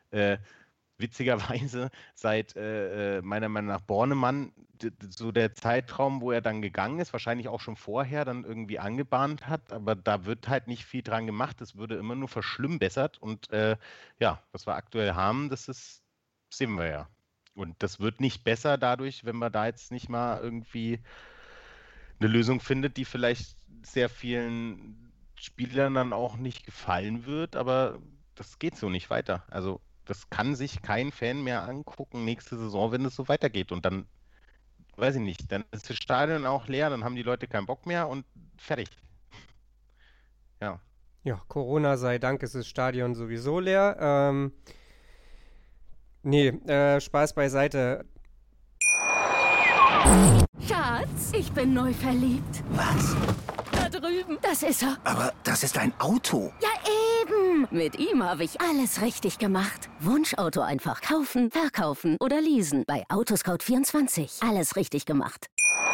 witzigerweise seit meiner Meinung nach Bornemann so der Zeitraum, wo er dann gegangen ist, wahrscheinlich auch schon vorher dann irgendwie angebahnt hat, aber da wird halt nicht viel dran gemacht, es würde immer nur verschlimmbessert und was wir aktuell haben, sehen wir ja. Und das wird nicht besser dadurch, wenn man da jetzt nicht mal irgendwie eine Lösung findet, die vielleicht sehr vielen Spielern dann auch nicht gefallen wird, aber das geht so nicht weiter. Also das kann sich kein Fan mehr angucken nächste Saison, wenn es so weitergeht und dann, weiß ich nicht, dann ist das Stadion auch leer, dann haben die Leute keinen Bock mehr und fertig. Ja. Ja, Corona sei Dank ist das Stadion sowieso leer. Spaß beiseite. Schatz, ich bin neu verliebt. Was? Da drüben. Das ist er. Aber das ist ein Auto. Ja, eben. Mit ihm habe ich alles richtig gemacht. Wunschauto einfach kaufen, verkaufen oder leasen. Bei Autoscout24. Alles richtig gemacht.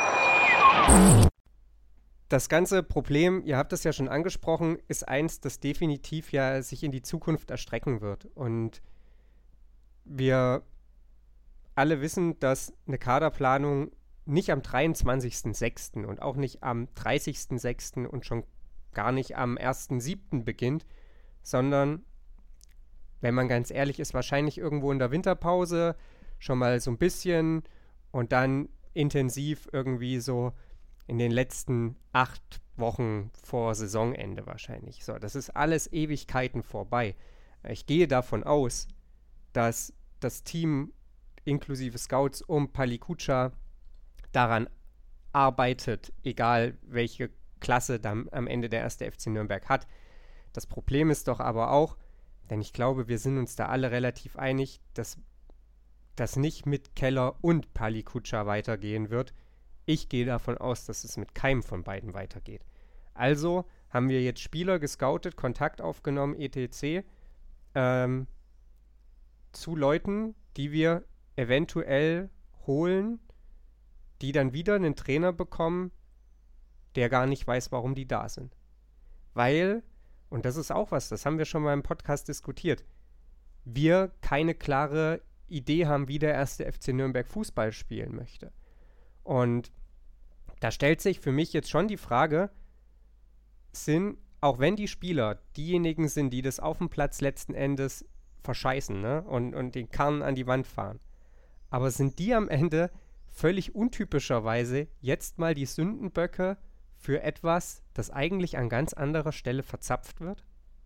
Das ganze Problem, ihr habt es ja schon angesprochen, ist eins, das definitiv ja sich in die Zukunft erstrecken wird. Und wir alle wissen, dass eine Kaderplanung nicht am 23.06. und auch nicht am 30.06. und schon gar nicht am 1.07. beginnt, sondern, wenn man ganz ehrlich ist, wahrscheinlich irgendwo in der Winterpause schon mal so ein bisschen und dann intensiv irgendwie so in den letzten 8 Wochen vor Saisonende wahrscheinlich. So, das ist alles Ewigkeiten vorbei. Ich gehe davon aus, dass das Team inklusive Scouts um Palikutscha daran arbeitet, egal welche Klasse dann am Ende der 1. FC Nürnberg hat. Das Problem ist doch aber auch, denn ich glaube, wir sind uns da alle relativ einig, dass das nicht mit Keller und Palikutscha weitergehen wird. Ich gehe davon aus, dass es mit keinem von beiden weitergeht. Also haben wir jetzt Spieler gescoutet, Kontakt aufgenommen, etc. Zu Leuten, die wir eventuell holen, die dann wieder einen Trainer bekommen, der gar nicht weiß, warum die da sind. Weil, und das ist auch was, das haben wir schon mal im Podcast diskutiert, wir keine klare Idee haben, wie der 1. FC Nürnberg Fußball spielen möchte. Und da stellt sich für mich jetzt schon die Frage, auch wenn die Spieler diejenigen sind, die das auf dem Platz letzten Endes verscheißen, ne? und den Karren an die Wand fahren, aber sind die am Ende völlig untypischerweise jetzt mal die Sündenböcke für etwas, das eigentlich an ganz anderer Stelle verzapft wird?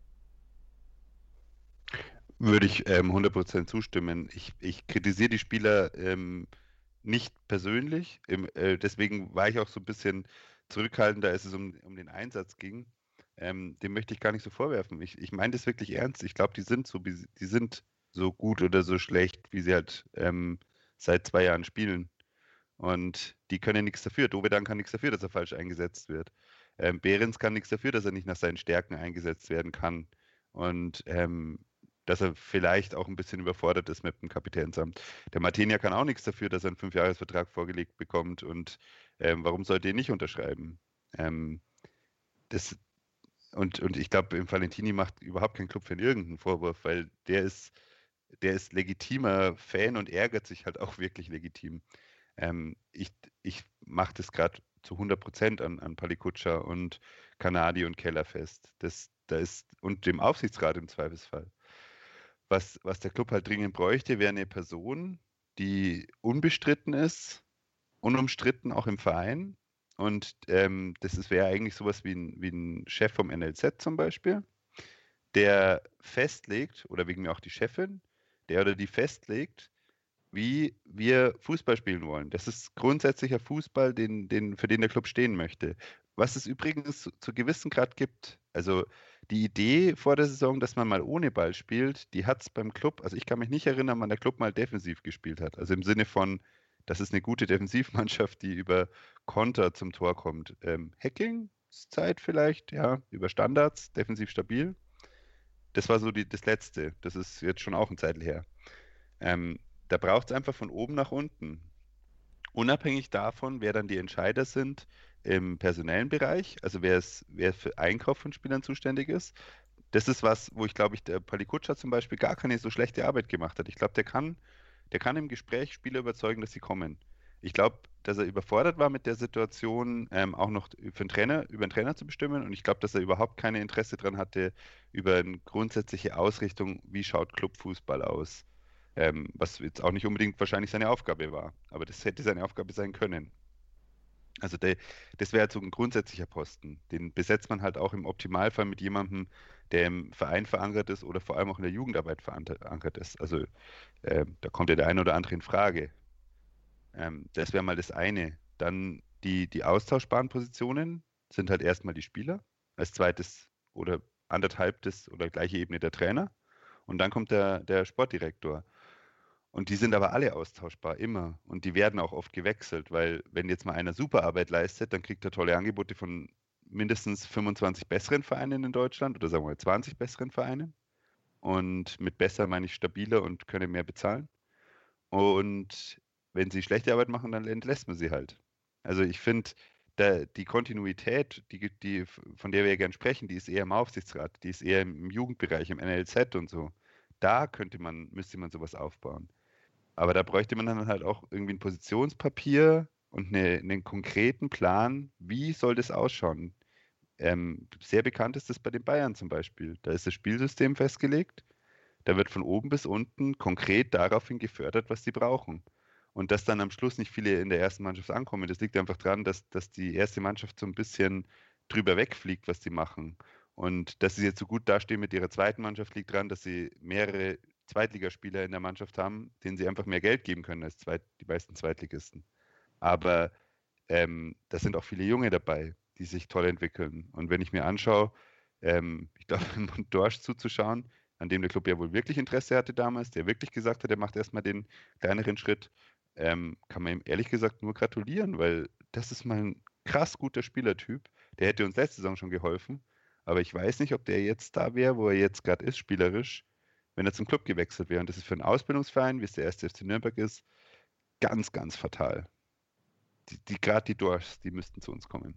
Würde ich 100% zustimmen. Ich kritisiere die Spieler nicht persönlich. Deswegen war ich auch so ein bisschen zurückhaltender, als es um den Einsatz ging. Dem möchte ich gar nicht so vorwerfen. Ich meine das wirklich ernst. Ich glaube, die sind so gut oder so schlecht, wie sie halt seit 2 Jahren spielen. Und die können nichts dafür. Dovedan kann nichts dafür, dass er falsch eingesetzt wird. Behrens kann nichts dafür, dass er nicht nach seinen Stärken eingesetzt werden kann. Und dass er vielleicht auch ein bisschen überfordert ist mit dem Kapitänsamt. Der Martinia kann auch nichts dafür, dass er einen 5-Jahres-Vertrag vorgelegt bekommt. Und warum sollte er nicht unterschreiben? Und ich glaube, Valentini macht überhaupt kein Clubfan irgendeinen Vorwurf, weil der ist legitimer Fan und ärgert sich halt auch wirklich legitim. Ich mache das gerade zu 100% an Palikutscha und Kanadi und Keller fest. Und dem Aufsichtsrat im Zweifelsfall. Was der Club halt dringend bräuchte, wäre eine Person, die unbestritten ist, unumstritten auch im Verein. Und das wäre eigentlich sowas wie ein Chef vom NLZ zum Beispiel, der festlegt, oder wegen mir auch die Chefin, der oder die festlegt, wie wir Fußball spielen wollen. Das ist grundsätzlicher Fußball, für den der Club stehen möchte. Was es übrigens zu gewissem Grad gibt. Also die Idee vor der Saison, dass man mal ohne Ball spielt, die hat es beim Club, also ich kann mich nicht erinnern, wann der Club mal defensiv gespielt hat. Also im Sinne von, das ist eine gute Defensivmannschaft, die über Konter zum Tor kommt. Hacking-Zeit vielleicht, ja, über Standards, defensiv stabil. Das war so das Letzte. Das ist jetzt schon auch ein Zeitl her. Da braucht es einfach von oben nach unten. Unabhängig davon, wer dann die Entscheider sind im personellen Bereich, also wer für Einkauf von Spielern zuständig ist. Das ist was, wo ich glaube, der Palikutscha zum Beispiel gar keine so schlechte Arbeit gemacht hat. Ich glaube, der kann im Gespräch Spieler überzeugen, dass sie kommen. Ich glaube, dass er überfordert war mit der Situation, auch noch über einen Trainer zu bestimmen. Und ich glaube, dass er überhaupt kein Interesse daran hatte, über eine grundsätzliche Ausrichtung, wie schaut Clubfußball aus. Was jetzt auch nicht unbedingt wahrscheinlich seine Aufgabe war. Aber das hätte seine Aufgabe sein können. Also das wäre halt so ein grundsätzlicher Posten. Den besetzt man halt auch im Optimalfall mit jemandem, der im Verein verankert ist oder vor allem auch in der Jugendarbeit verankert ist. Also da kommt ja der eine oder andere in Frage. Das wäre mal das eine. Dann die austauschbaren Positionen sind halt erstmal die Spieler. Als zweites oder anderthalbtes oder gleiche Ebene der Trainer. Und dann kommt der Sportdirektor. Und die sind aber alle austauschbar, immer. Und die werden auch oft gewechselt, weil wenn jetzt mal einer super Arbeit leistet, dann kriegt er tolle Angebote von mindestens 25 besseren Vereinen in Deutschland oder sagen wir mal 20 besseren Vereinen. Und mit besser meine ich stabiler und können mehr bezahlen. Und wenn sie schlechte Arbeit machen, dann entlässt man sie halt. Also ich finde, die Kontinuität, von der wir ja gern sprechen, die ist eher im Aufsichtsrat, die ist eher im Jugendbereich, im NLZ und so. Da müsste man sowas aufbauen. Aber da bräuchte man dann halt auch irgendwie ein Positionspapier und einen konkreten Plan, wie soll das ausschauen. Sehr bekannt ist das bei den Bayern zum Beispiel. Da ist das Spielsystem festgelegt. Da wird von oben bis unten konkret daraufhin gefördert, was sie brauchen. Und dass dann am Schluss nicht viele in der ersten Mannschaft ankommen, das liegt einfach daran, dass die erste Mannschaft so ein bisschen drüber wegfliegt, was sie machen. Und dass sie jetzt so gut dastehen mit ihrer zweiten Mannschaft, liegt daran, dass sie mehrere Zweitligaspieler in der Mannschaft haben, denen sie einfach mehr Geld geben können als die meisten Zweitligisten. Aber da sind auch viele Junge dabei, die sich toll entwickeln. Und wenn ich mir anschaue, ich glaube, Dorsch zuzuschauen, an dem der Club ja wohl wirklich Interesse hatte damals, der wirklich gesagt hat, er macht erstmal den kleineren Schritt, kann man ihm ehrlich gesagt nur gratulieren, weil das ist mal ein krass guter Spielertyp. Der hätte uns letzte Saison schon geholfen, aber ich weiß nicht, ob der jetzt da wäre, wo er jetzt gerade ist, spielerisch, wenn er zum Club gewechselt wäre. Und das ist für einen Ausbildungsverein, wie es der 1. FC Nürnberg ist, ganz, ganz fatal. Gerade die Dorschs, die müssten zu uns kommen.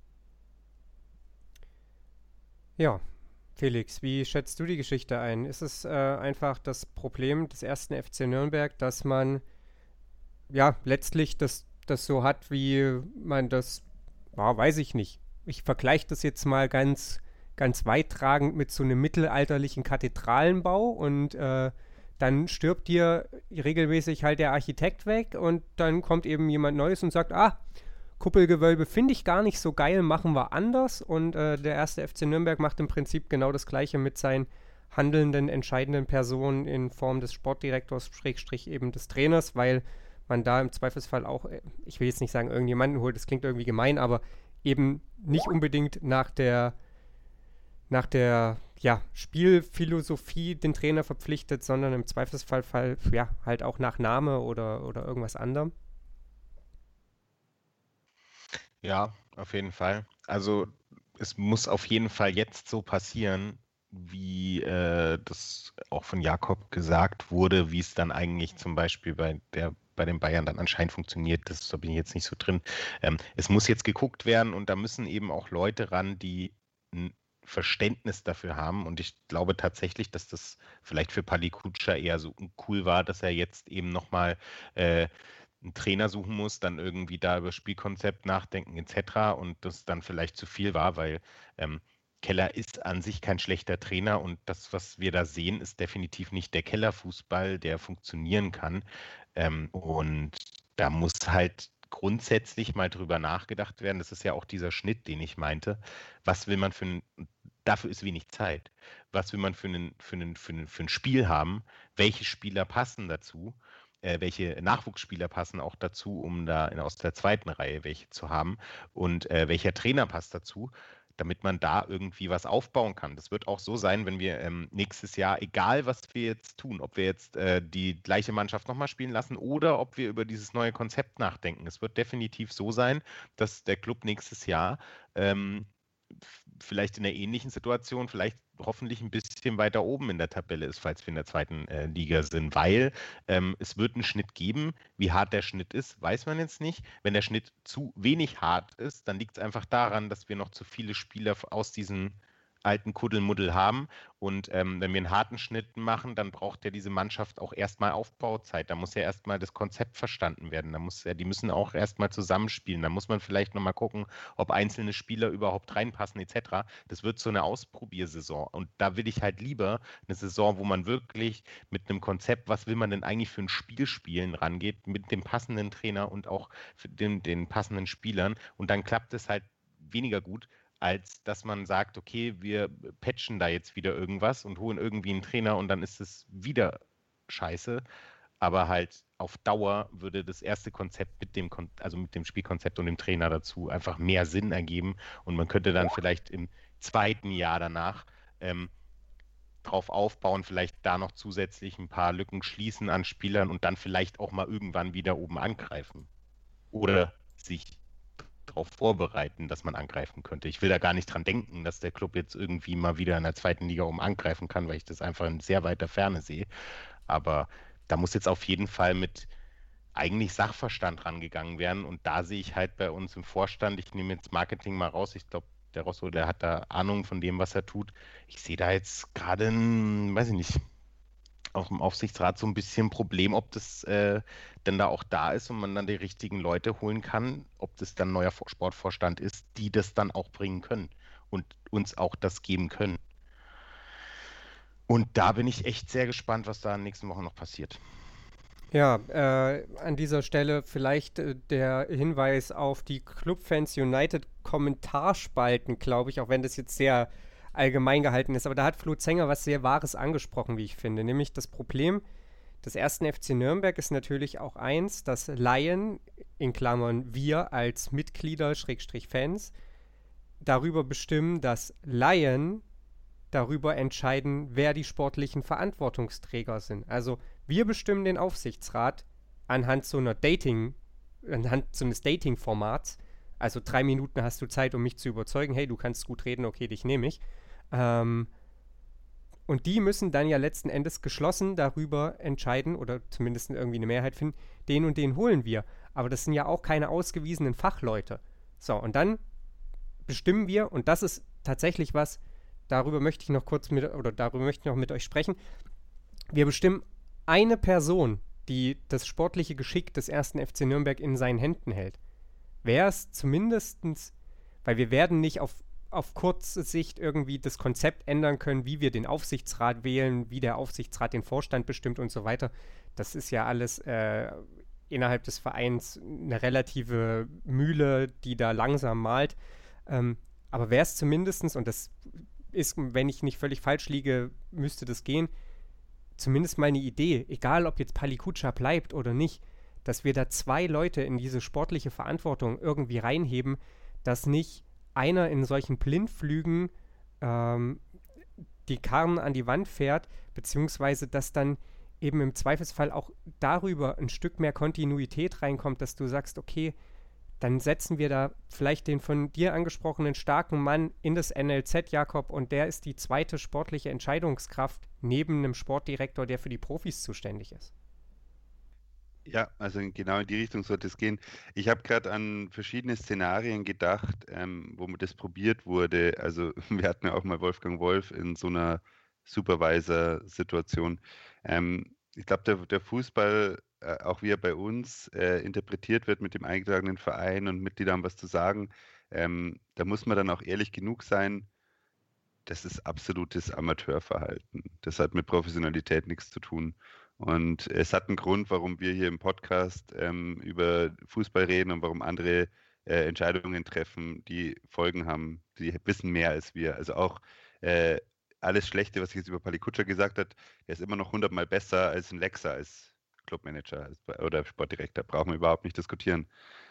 Ja, Felix, wie schätzt du die Geschichte ein? Ist es einfach das Problem des 1. FC Nürnberg, dass man ja letztlich das so hat, wie man das, weiß ich nicht. Ich vergleiche das jetzt mal ganz weittragend mit so einem mittelalterlichen Kathedralenbau und dann stirbt dir regelmäßig halt der Architekt weg und dann kommt eben jemand Neues und sagt, Kuppelgewölbe finde ich gar nicht so geil, machen wir anders. Und der 1. FC Nürnberg macht im Prinzip genau das Gleiche mit seinen handelnden, entscheidenden Personen in Form des Sportdirektors, / eben des Trainers, weil man da im Zweifelsfall auch, ich will jetzt nicht sagen, irgendjemanden holt, das klingt irgendwie gemein, aber eben nicht unbedingt nach der Spielphilosophie den Trainer verpflichtet, sondern im Zweifelsfall halt auch nach Name oder irgendwas anderem. Ja, auf jeden Fall. Also es muss auf jeden Fall jetzt so passieren, wie das auch von Jakob gesagt wurde, wie es dann eigentlich zum Beispiel bei den Bayern dann anscheinend funktioniert. Da bin ich jetzt nicht so drin. Es muss jetzt geguckt werden und da müssen eben auch Leute ran, die ein Verständnis dafür haben. Und ich glaube tatsächlich, dass das vielleicht für Palikutscha eher so cool war, dass er jetzt eben nochmal einen Trainer suchen muss, dann irgendwie da über Spielkonzept nachdenken etc. und das dann vielleicht zu viel war, weil Keller ist an sich kein schlechter Trainer und das, was wir da sehen, ist definitiv nicht der Kellerfußball, der funktionieren kann. Und da muss halt grundsätzlich mal drüber nachgedacht werden. Das ist ja auch dieser Schnitt, den ich meinte. Was will man dafür ist wenig Zeit. Was will man für ein Spiel haben? Welche Spieler passen dazu? Welche Nachwuchsspieler passen auch dazu, um da aus der zweiten Reihe welche zu haben? Und welcher Trainer passt dazu? Damit man da irgendwie was aufbauen kann. Das wird auch so sein, wenn wir nächstes Jahr, egal was wir jetzt tun, ob wir jetzt die gleiche Mannschaft nochmal spielen lassen oder ob wir über dieses neue Konzept nachdenken. Es wird definitiv so sein, dass der Club nächstes Jahr vielleicht in einer ähnlichen Situation, vielleicht hoffentlich ein bisschen weiter oben in der Tabelle ist, falls wir in der zweiten Liga sind, weil es wird einen Schnitt geben. Wie hart der Schnitt ist, weiß man jetzt nicht. Wenn der Schnitt zu wenig hart ist, dann liegt es einfach daran, dass wir noch zu viele Spieler aus diesen alten Kuddelmuddel haben und wenn wir einen harten Schnitt machen, dann braucht ja diese Mannschaft auch erstmal Aufbauzeit, da muss ja erstmal das Konzept verstanden werden, die müssen auch erstmal zusammenspielen, da muss man vielleicht nochmal gucken, ob einzelne Spieler überhaupt reinpassen etc. Das wird so eine Ausprobiersaison und da will ich halt lieber eine Saison, wo man wirklich mit einem Konzept, was will man denn eigentlich für ein Spiel spielen, rangeht, mit dem passenden Trainer und auch für den passenden Spielern und dann klappt es halt weniger gut, als dass man sagt, okay, wir patchen da jetzt wieder irgendwas und holen irgendwie einen Trainer und dann ist es wieder scheiße. Aber halt auf Dauer würde das erste Konzept mit dem Spielkonzept und dem Trainer dazu einfach mehr Sinn ergeben und man könnte dann vielleicht im zweiten Jahr danach drauf aufbauen, vielleicht da noch zusätzlich ein paar Lücken schließen an Spielern und dann vielleicht auch mal irgendwann wieder oben angreifen. Oder sich darauf vorbereiten, dass man angreifen könnte. Ich will da gar nicht dran denken, dass der Club jetzt irgendwie mal wieder in der zweiten Liga oben angreifen kann, weil ich das einfach in sehr weiter Ferne sehe. Aber da muss jetzt auf jeden Fall mit eigentlich Sachverstand rangegangen werden und da sehe ich halt bei uns im Vorstand, ich nehme jetzt Marketing mal raus, ich glaube, der Rosso, der hat da Ahnung von dem, was er tut. Ich sehe da jetzt gerade, weiß ich nicht, auch im Aufsichtsrat so ein bisschen ein Problem, ob das denn da auch da ist und man dann die richtigen Leute holen kann, ob das dann ein neuer Sportvorstand ist, die das dann auch bringen können und uns auch das geben können. Und da bin ich echt sehr gespannt, was da in den nächsten Wochen noch passiert. Ja, an dieser Stelle vielleicht der Hinweis auf die Clubfans United Kommentarspalten, glaube ich, auch wenn das jetzt sehr allgemein gehalten ist. Aber da hat Flo Zenger was sehr Wahres angesprochen, wie ich finde. Nämlich das Problem des ersten FC Nürnberg ist natürlich auch eins, dass Laien, in Klammern wir als Mitglieder, Schrägstrich Fans, darüber bestimmen, dass Laien darüber entscheiden, wer die sportlichen Verantwortungsträger sind. Also wir bestimmen den Aufsichtsrat anhand so eines Dating-Formats. Also 3 Minuten hast du Zeit, um mich zu überzeugen, hey, du kannst gut reden, okay, dich nehme ich. Und die müssen dann ja letzten Endes geschlossen darüber entscheiden oder zumindest irgendwie eine Mehrheit finden, den und den holen wir. Aber das sind ja auch keine ausgewiesenen Fachleute. So, und dann bestimmen wir, und das ist tatsächlich was, darüber möchte ich noch mit euch sprechen. Wir bestimmen eine Person, die das sportliche Geschick des ersten FC Nürnberg in seinen Händen hält. Wäre es zumindestens, weil wir werden nicht auf kurze Sicht irgendwie das Konzept ändern können, wie wir den Aufsichtsrat wählen, wie der Aufsichtsrat den Vorstand bestimmt und so weiter. Das ist ja alles innerhalb des Vereins eine relative Mühle, die da langsam malt. Aber wäre es zumindestens, und das ist, wenn ich nicht völlig falsch liege, müsste das gehen, zumindest mal eine Idee, egal ob jetzt Palikutscha bleibt oder nicht, dass wir da 2 Leute in diese sportliche Verantwortung irgendwie reinheben, dass nicht einer in solchen Blindflügen die Karren an die Wand fährt, beziehungsweise dass dann eben im Zweifelsfall auch darüber ein Stück mehr Kontinuität reinkommt, dass du sagst, okay, dann setzen wir da vielleicht den von dir angesprochenen starken Mann in das NLZ, Jakob, und der ist die zweite sportliche Entscheidungskraft neben einem Sportdirektor, der für die Profis zuständig ist. Ja, also genau in die Richtung sollte es gehen. Ich habe gerade an verschiedene Szenarien gedacht, wo das probiert wurde. Also wir hatten ja auch mal Wolfgang Wolf in so einer Supervisor-Situation. Ich glaube, der Fußball, auch wie er bei uns interpretiert wird mit dem eingetragenen Verein und Mitgliedern haben was zu sagen, da muss man dann auch ehrlich genug sein, das ist absolutes Amateurverhalten. Das hat mit Professionalität nichts zu tun. Und es hat einen Grund, warum wir hier im Podcast über Fußball reden und warum andere Entscheidungen treffen, die Folgen haben. Die wissen mehr als wir. Also auch alles Schlechte, was ich jetzt über Palikutscha gesagt habe, der ist immer noch 100-mal besser als ein Lexa als Clubmanager oder Sportdirektor. Brauchen wir überhaupt nicht diskutieren.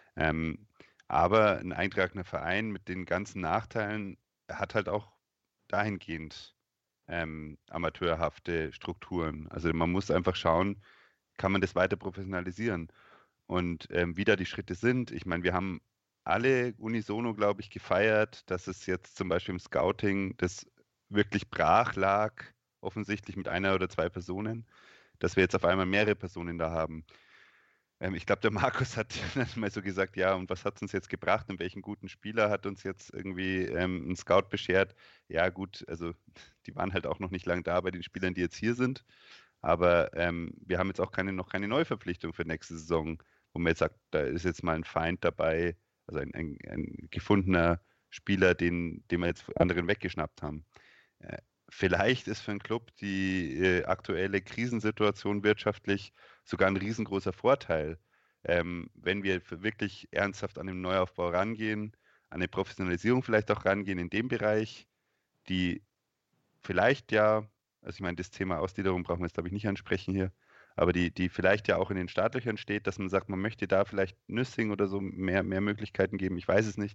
Aber ein eingetragener Verein mit den ganzen Nachteilen hat halt auch dahingehend amateurhafte Strukturen. Also man muss einfach schauen, kann man das weiter professionalisieren? Und wie da die Schritte sind. Ich meine, wir haben alle unisono, glaube ich, gefeiert, dass es jetzt zum Beispiel im Scouting das wirklich brach lag, offensichtlich mit 1 oder 2 Personen, dass wir jetzt auf einmal mehrere Personen da haben. Ich glaube, der Markus hat dann mal so gesagt, ja, und was hat es uns jetzt gebracht und welchen guten Spieler hat uns jetzt irgendwie ein Scout beschert? Ja gut, also die waren halt auch noch nicht lange da bei den Spielern, die jetzt hier sind, aber wir haben jetzt auch noch keine Neuverpflichtung für nächste Saison, wo man jetzt sagt, da ist jetzt mal ein Feind dabei, also ein gefundener Spieler, den wir jetzt anderen weggeschnappt haben. Vielleicht ist für einen Club die aktuelle Krisensituation wirtschaftlich sogar ein riesengroßer Vorteil, wenn wir wirklich ernsthaft an den Neuaufbau rangehen, an eine Professionalisierung vielleicht auch rangehen in dem Bereich, die vielleicht ja, also ich meine, das Thema Ausgliederung brauchen wir jetzt, glaube ich, nicht ansprechen hier, aber die vielleicht ja auch in den Startlöchern steht, dass man sagt, man möchte da vielleicht Nüssing oder so mehr Möglichkeiten geben, ich weiß es nicht,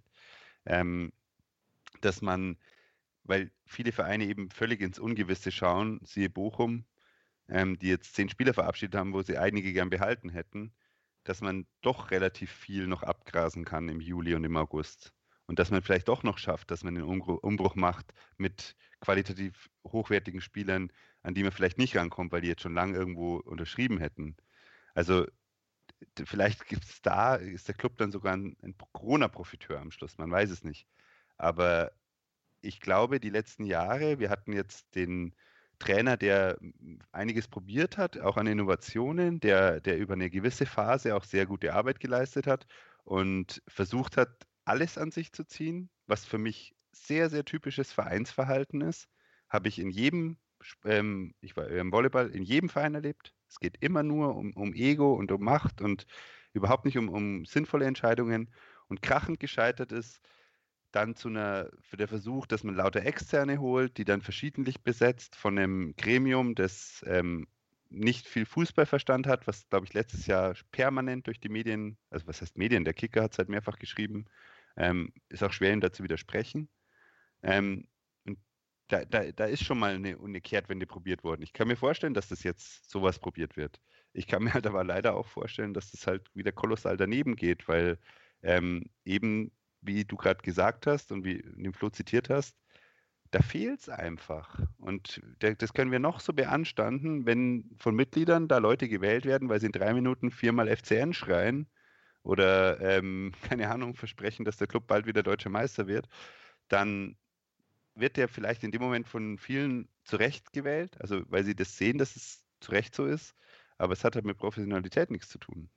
dass man, weil viele Vereine eben völlig ins Ungewisse schauen, siehe Bochum, die jetzt 10 Spieler verabschiedet haben, wo sie einige gern behalten hätten, dass man doch relativ viel noch abgrasen kann im Juli und im August. Und dass man vielleicht doch noch schafft, dass man den Umbruch macht mit qualitativ hochwertigen Spielern, an die man vielleicht nicht rankommt, weil die jetzt schon lange irgendwo unterschrieben hätten. Also vielleicht ist der Club dann sogar ein Corona-Profiteur am Schluss, man weiß es nicht. Aber ich glaube, die letzten Jahre, wir hatten jetzt den Trainer, der einiges probiert hat, auch an Innovationen, der über eine gewisse Phase auch sehr gute Arbeit geleistet hat und versucht hat, alles an sich zu ziehen, was für mich sehr, sehr typisches Vereinsverhalten ist, habe ich ich war im Volleyball in jedem Verein erlebt. Es geht immer nur um Ego und um Macht und überhaupt nicht um sinnvolle Entscheidungen. Und krachend gescheitert ist dann für der Versuch, dass man lauter Externe holt, die dann verschiedentlich besetzt von einem Gremium, das nicht viel Fußballverstand hat, was, glaube ich, letztes Jahr permanent durch die Medien, also was heißt Medien, der Kicker hat es halt mehrfach geschrieben, ist auch schwer, ihm dazu widersprechen. Und da ist schon mal eine Kehrtwende probiert worden. Ich kann mir vorstellen, dass das jetzt sowas probiert wird. Ich kann mir halt aber leider auch vorstellen, dass das halt wieder kolossal daneben geht, weil eben, wie du gerade gesagt hast und wie du den Flo zitiert hast, da fehlt es einfach. Und das können wir noch so beanstanden, wenn von Mitgliedern da Leute gewählt werden, weil sie in 3 Minuten 4-mal FCN schreien oder, keine Ahnung, versprechen, dass der Club bald wieder deutscher Meister wird, dann wird der vielleicht in dem Moment von vielen zu Recht gewählt, also weil sie das sehen, dass es zu Recht so ist, aber es hat halt mit Professionalität nichts zu tun.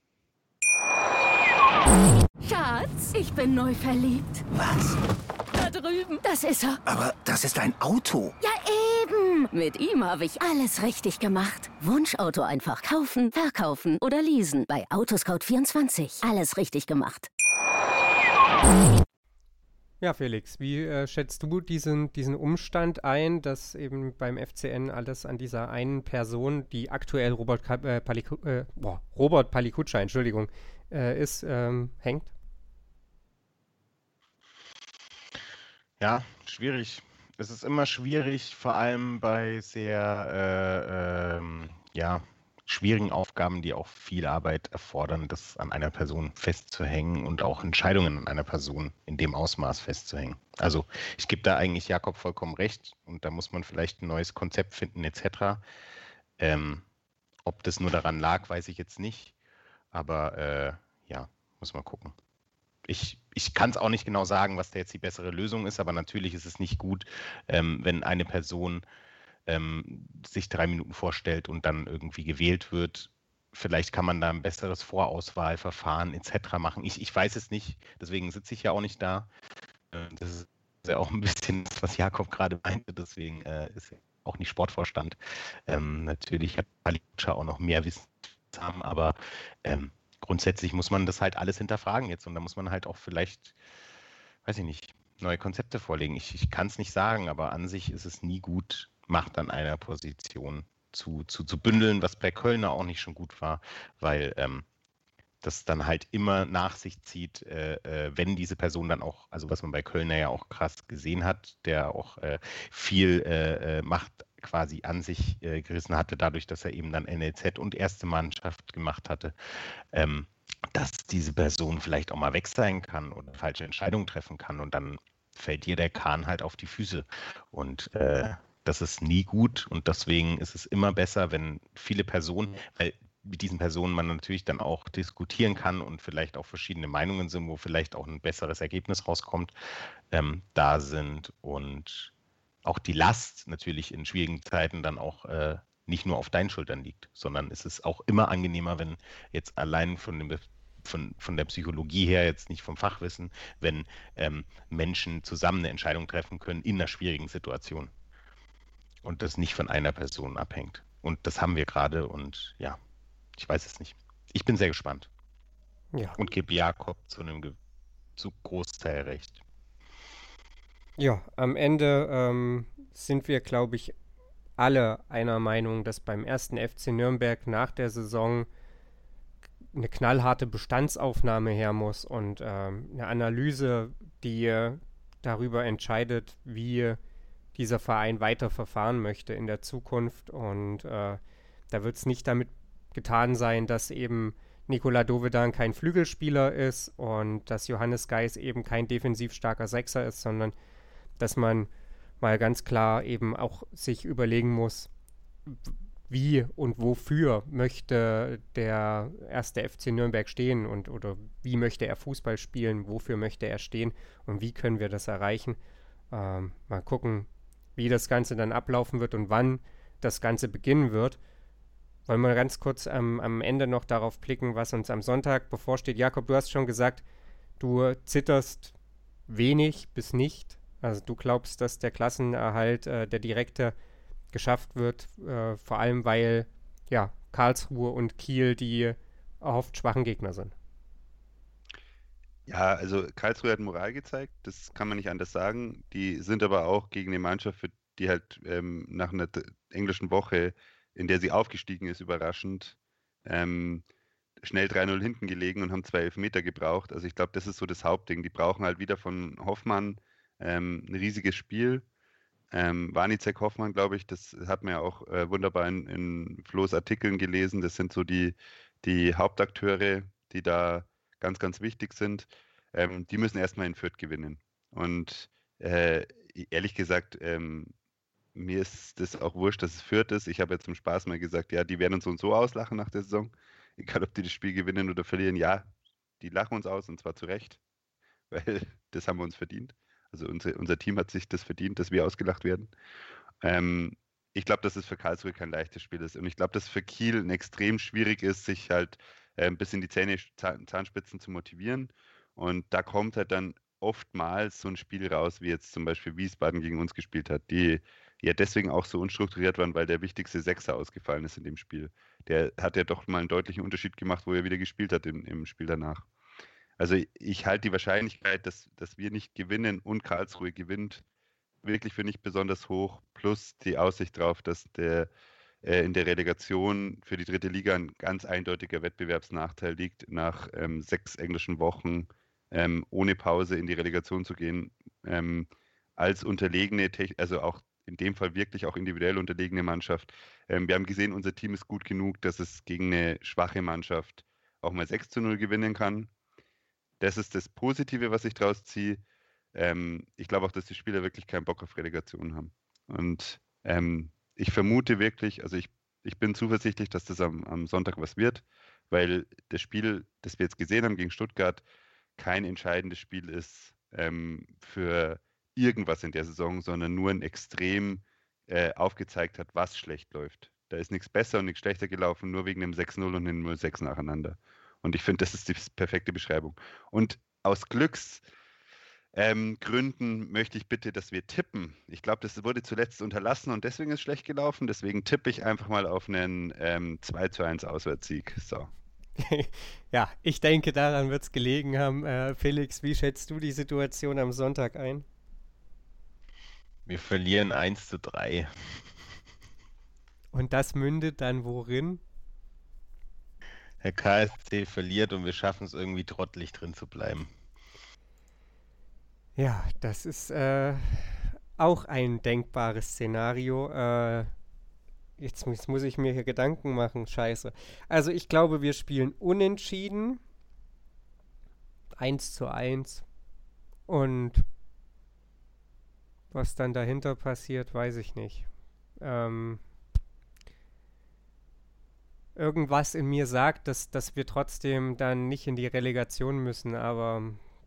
Schatz, ich bin neu verliebt. Was? Da drüben. Das ist er. Aber das ist ein Auto. Ja, eben. Mit ihm habe ich alles richtig gemacht. Wunschauto einfach kaufen, verkaufen oder leasen. Bei Autoscout24. Alles richtig gemacht. Ja, Felix, wie schätzt du diesen Umstand ein, dass eben beim FCN alles an dieser einen Person, die aktuell Robert Palikutscha, ist, hängt? Ja, schwierig. Es ist immer schwierig, vor allem bei sehr schwierigen Aufgaben, die auch viel Arbeit erfordern, das an einer Person festzuhängen und auch Entscheidungen an einer Person in dem Ausmaß festzuhängen. Also ich gebe da eigentlich Jakob vollkommen recht und da muss man vielleicht ein neues Konzept finden etc. Ob das nur daran lag, weiß ich jetzt nicht, aber muss man gucken. Ich kann es auch nicht genau sagen, was da jetzt die bessere Lösung ist, aber natürlich ist es nicht gut, wenn eine Person sich 3 Minuten vorstellt und dann irgendwie gewählt wird. Vielleicht kann man da ein besseres Vorauswahlverfahren etc. machen. Ich weiß es nicht, deswegen sitze ich ja auch nicht da. Das ist ja auch ein bisschen das, was Jakob gerade meinte, deswegen ist er auch nicht Sportvorstand. Natürlich hat Palikutscha auch noch mehr Wissen haben, aber grundsätzlich muss man das halt alles hinterfragen jetzt und da muss man halt auch vielleicht, weiß ich nicht, neue Konzepte vorlegen. Ich kann es nicht sagen, aber an sich ist es nie gut, Macht an einer Position zu bündeln, was bei Kölner auch nicht schon gut war, weil das dann halt immer nach sich zieht, wenn diese Person dann auch, also was man bei Kölner ja auch krass gesehen hat, der auch viel Macht quasi an sich gerissen hatte, dadurch, dass er eben dann NLZ und erste Mannschaft gemacht hatte, dass diese Person vielleicht auch mal weg sein kann oder falsche Entscheidungen treffen kann und dann fällt dir der Kahn halt auf die Füße und das ist nie gut und deswegen ist es immer besser, wenn viele Personen, weil mit diesen Personen man natürlich dann auch diskutieren kann und vielleicht auch verschiedene Meinungen sind, wo vielleicht auch ein besseres Ergebnis rauskommt, da sind und auch die Last natürlich in schwierigen Zeiten dann auch nicht nur auf deinen Schultern liegt, sondern es ist auch immer angenehmer, wenn jetzt allein von der Psychologie her, jetzt nicht vom Fachwissen, wenn Menschen zusammen eine Entscheidung treffen können in einer schwierigen Situation. Und das nicht von einer Person abhängt. Und das haben wir gerade und ja, ich weiß es nicht. Ich bin sehr gespannt. Ja. Und gebe Jakob zu Großteil recht. Ja, am Ende sind wir, glaube ich, alle einer Meinung, dass beim ersten FC Nürnberg nach der Saison eine knallharte Bestandsaufnahme her muss und eine Analyse, die darüber entscheidet, wie dieser Verein weiter verfahren möchte in der Zukunft. Und da wird es nicht damit getan sein, dass eben Nikola Dovedan kein Flügelspieler ist und dass Johannes Geis eben kein defensiv starker Sechser ist, sondern dass man mal ganz klar eben auch sich überlegen muss, wie und wofür möchte der erste FC Nürnberg stehen oder wie möchte er Fußball spielen, wofür möchte er stehen und wie können wir das erreichen. Mal gucken, wie das Ganze dann ablaufen wird und wann das Ganze beginnen wird. Wollen wir ganz kurz am Ende noch darauf blicken, was uns am Sonntag bevorsteht. Jakob, du hast schon gesagt, du zitterst wenig bis nicht. Also du glaubst, dass der Klassenerhalt, der direkte, geschafft wird, vor allem weil Karlsruhe und Kiel die erhofft schwachen Gegner sind. Ja, also Karlsruhe hat Moral gezeigt, das kann man nicht anders sagen. Die sind aber auch gegen eine Mannschaft, die halt nach einer englischen Woche, in der sie aufgestiegen ist, überraschend, schnell 3-0 hinten gelegen und haben 2 Elfmeter gebraucht. Also ich glaube, das ist so das Hauptding. Die brauchen halt wieder von Hoffmann ein riesiges Spiel. Wanizek Hoffmann, glaube ich, das hat man ja auch wunderbar in Flo's Artikeln gelesen. Das sind so die Hauptakteure, die da ganz, ganz wichtig sind. Die müssen erstmal in Fürth gewinnen. Und ehrlich gesagt, mir ist das auch wurscht, dass es Fürth ist. Ich habe ja zum Spaß mal gesagt, ja, die werden uns so und so auslachen nach der Saison. Egal, ob die das Spiel gewinnen oder verlieren. Ja, die lachen uns aus und zwar zu Recht, weil das haben wir uns verdient. Also unser Team hat sich das verdient, dass wir ausgelacht werden. Ich glaube, dass es für Karlsruhe kein leichtes Spiel ist. Und ich glaube, dass es für Kiel extrem schwierig ist, sich halt bis in die Zahnspitzen zu motivieren. Und da kommt halt dann oftmals so ein Spiel raus, wie jetzt zum Beispiel Wiesbaden gegen uns gespielt hat, die ja deswegen auch so unstrukturiert waren, weil der wichtigste Sechser ausgefallen ist in dem Spiel. Der hat ja doch mal einen deutlichen Unterschied gemacht, wo er wieder gespielt hat im Spiel danach. Also ich halte die Wahrscheinlichkeit, dass wir nicht gewinnen und Karlsruhe gewinnt, wirklich für nicht besonders hoch, plus die Aussicht darauf, dass in der Relegation für die 3. Liga ein ganz eindeutiger Wettbewerbsnachteil liegt, nach 6 englischen Wochen ohne Pause in die Relegation zu gehen, als unterlegene, also auch in dem Fall wirklich auch individuell unterlegene Mannschaft. Wir haben gesehen, unser Team ist gut genug, dass es gegen eine schwache Mannschaft auch mal 6-0 gewinnen kann. Das ist das Positive, was ich daraus ziehe. Ich glaube auch, dass die Spieler wirklich keinen Bock auf Relegation haben. Und ich vermute wirklich, also ich bin zuversichtlich, dass das am Sonntag was wird, weil das Spiel, das wir jetzt gesehen haben gegen Stuttgart, kein entscheidendes Spiel ist für irgendwas in der Saison, sondern nur ein extrem aufgezeigt hat, was schlecht läuft. Da ist nichts besser und nichts schlechter gelaufen, nur wegen dem 6-0 und dem 0-6 nacheinander. Und ich finde, das ist die perfekte Beschreibung. Und aus Glücksgründen möchte ich bitte, dass wir tippen. Ich glaube, das wurde zuletzt unterlassen und deswegen ist es schlecht gelaufen. Deswegen tippe ich einfach mal auf einen 2-1 Auswärtssieg. So. Ja, ich denke, daran wird es gelegen haben. Felix, wie schätzt du die Situation am Sonntag ein? Wir verlieren 1-3. Und das mündet dann worin? Der KSC verliert und wir schaffen es irgendwie trottelig drin zu bleiben. Ja, das ist auch ein denkbares Szenario. Jetzt muss ich mir hier Gedanken machen. Scheiße. Also ich glaube, wir spielen unentschieden. 1-1. Und was dann dahinter passiert, weiß ich nicht. Irgendwas in mir sagt, dass wir trotzdem dann nicht in die Relegation müssen, aber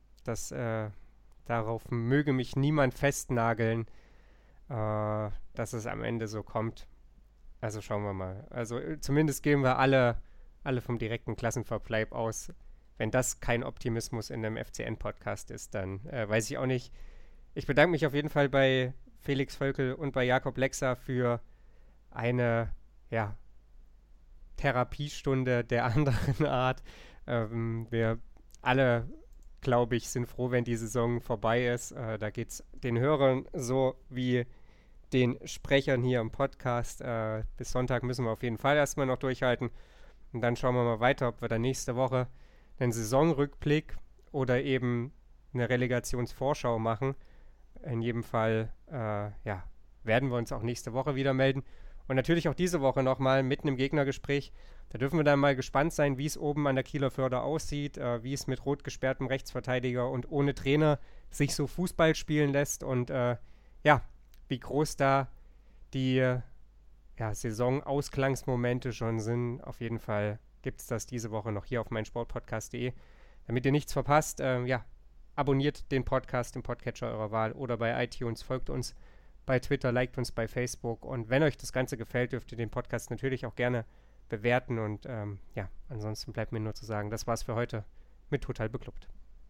darauf möge mich niemand festnageln, dass es am Ende so kommt. Also schauen wir mal. Also zumindest gehen wir alle vom direkten Klassenverbleib aus. Wenn das kein Optimismus in einem FCN-Podcast ist, dann weiß ich auch nicht. Ich bedanke mich auf jeden Fall bei Felix Völkel und bei Jakob Lexer für eine, Therapiestunde der anderen Art. Wir alle, glaube ich, sind froh, wenn die Saison vorbei ist. Da geht es den Hörern so wie den Sprechern hier im Podcast. Bis Sonntag müssen wir auf jeden Fall erstmal noch durchhalten. Und dann schauen wir mal weiter, ob wir dann nächste Woche einen Saisonrückblick oder eben eine Relegationsvorschau machen. In jedem Fall, werden wir uns auch nächste Woche wieder melden. Und natürlich auch diese Woche nochmal mit einem Gegnergespräch. Da dürfen wir dann mal gespannt sein, wie es oben an der Kieler Förde aussieht, wie es mit rot gesperrtem Rechtsverteidiger und ohne Trainer sich so Fußball spielen lässt und wie groß da die Saison-Ausklangsmomente schon sind. Auf jeden Fall gibt es das diese Woche noch hier auf meinsportpodcast.de. Damit ihr nichts verpasst, abonniert den Podcast im Podcatcher eurer Wahl oder bei iTunes, folgt uns bei Twitter, liked uns bei Facebook. Und wenn euch das Ganze gefällt, dürft ihr den Podcast natürlich auch gerne bewerten. Und ansonsten bleibt mir nur zu sagen, das war's für heute mit Total Beklubbt.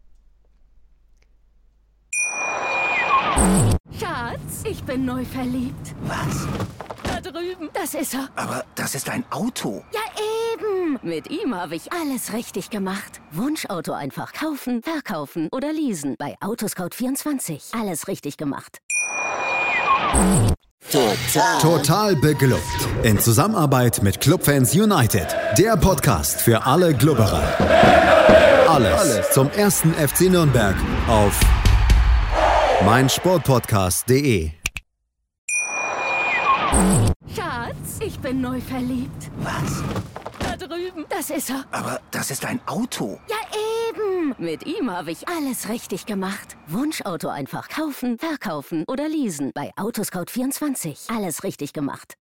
Schatz, ich bin neu verliebt. Was? Da drüben. Das ist er. Aber das ist ein Auto. Ja, eben. Mit ihm habe ich alles richtig gemacht. Wunschauto einfach kaufen, verkaufen oder leasen. Bei Autoscout24. Alles richtig gemacht. Total Beglückt. In Zusammenarbeit mit Clubfans United. Der Podcast für alle Glubberer. Alles zum ersten FC Nürnberg auf meinsportpodcast.de. Schatz, ich bin neu verliebt. Was? Da drüben. Das ist er. Aber das ist ein Auto. Ja, eben. Mit ihm habe ich alles richtig gemacht. Wunschauto einfach kaufen, verkaufen oder leasen. Bei Autoscout24. Alles richtig gemacht.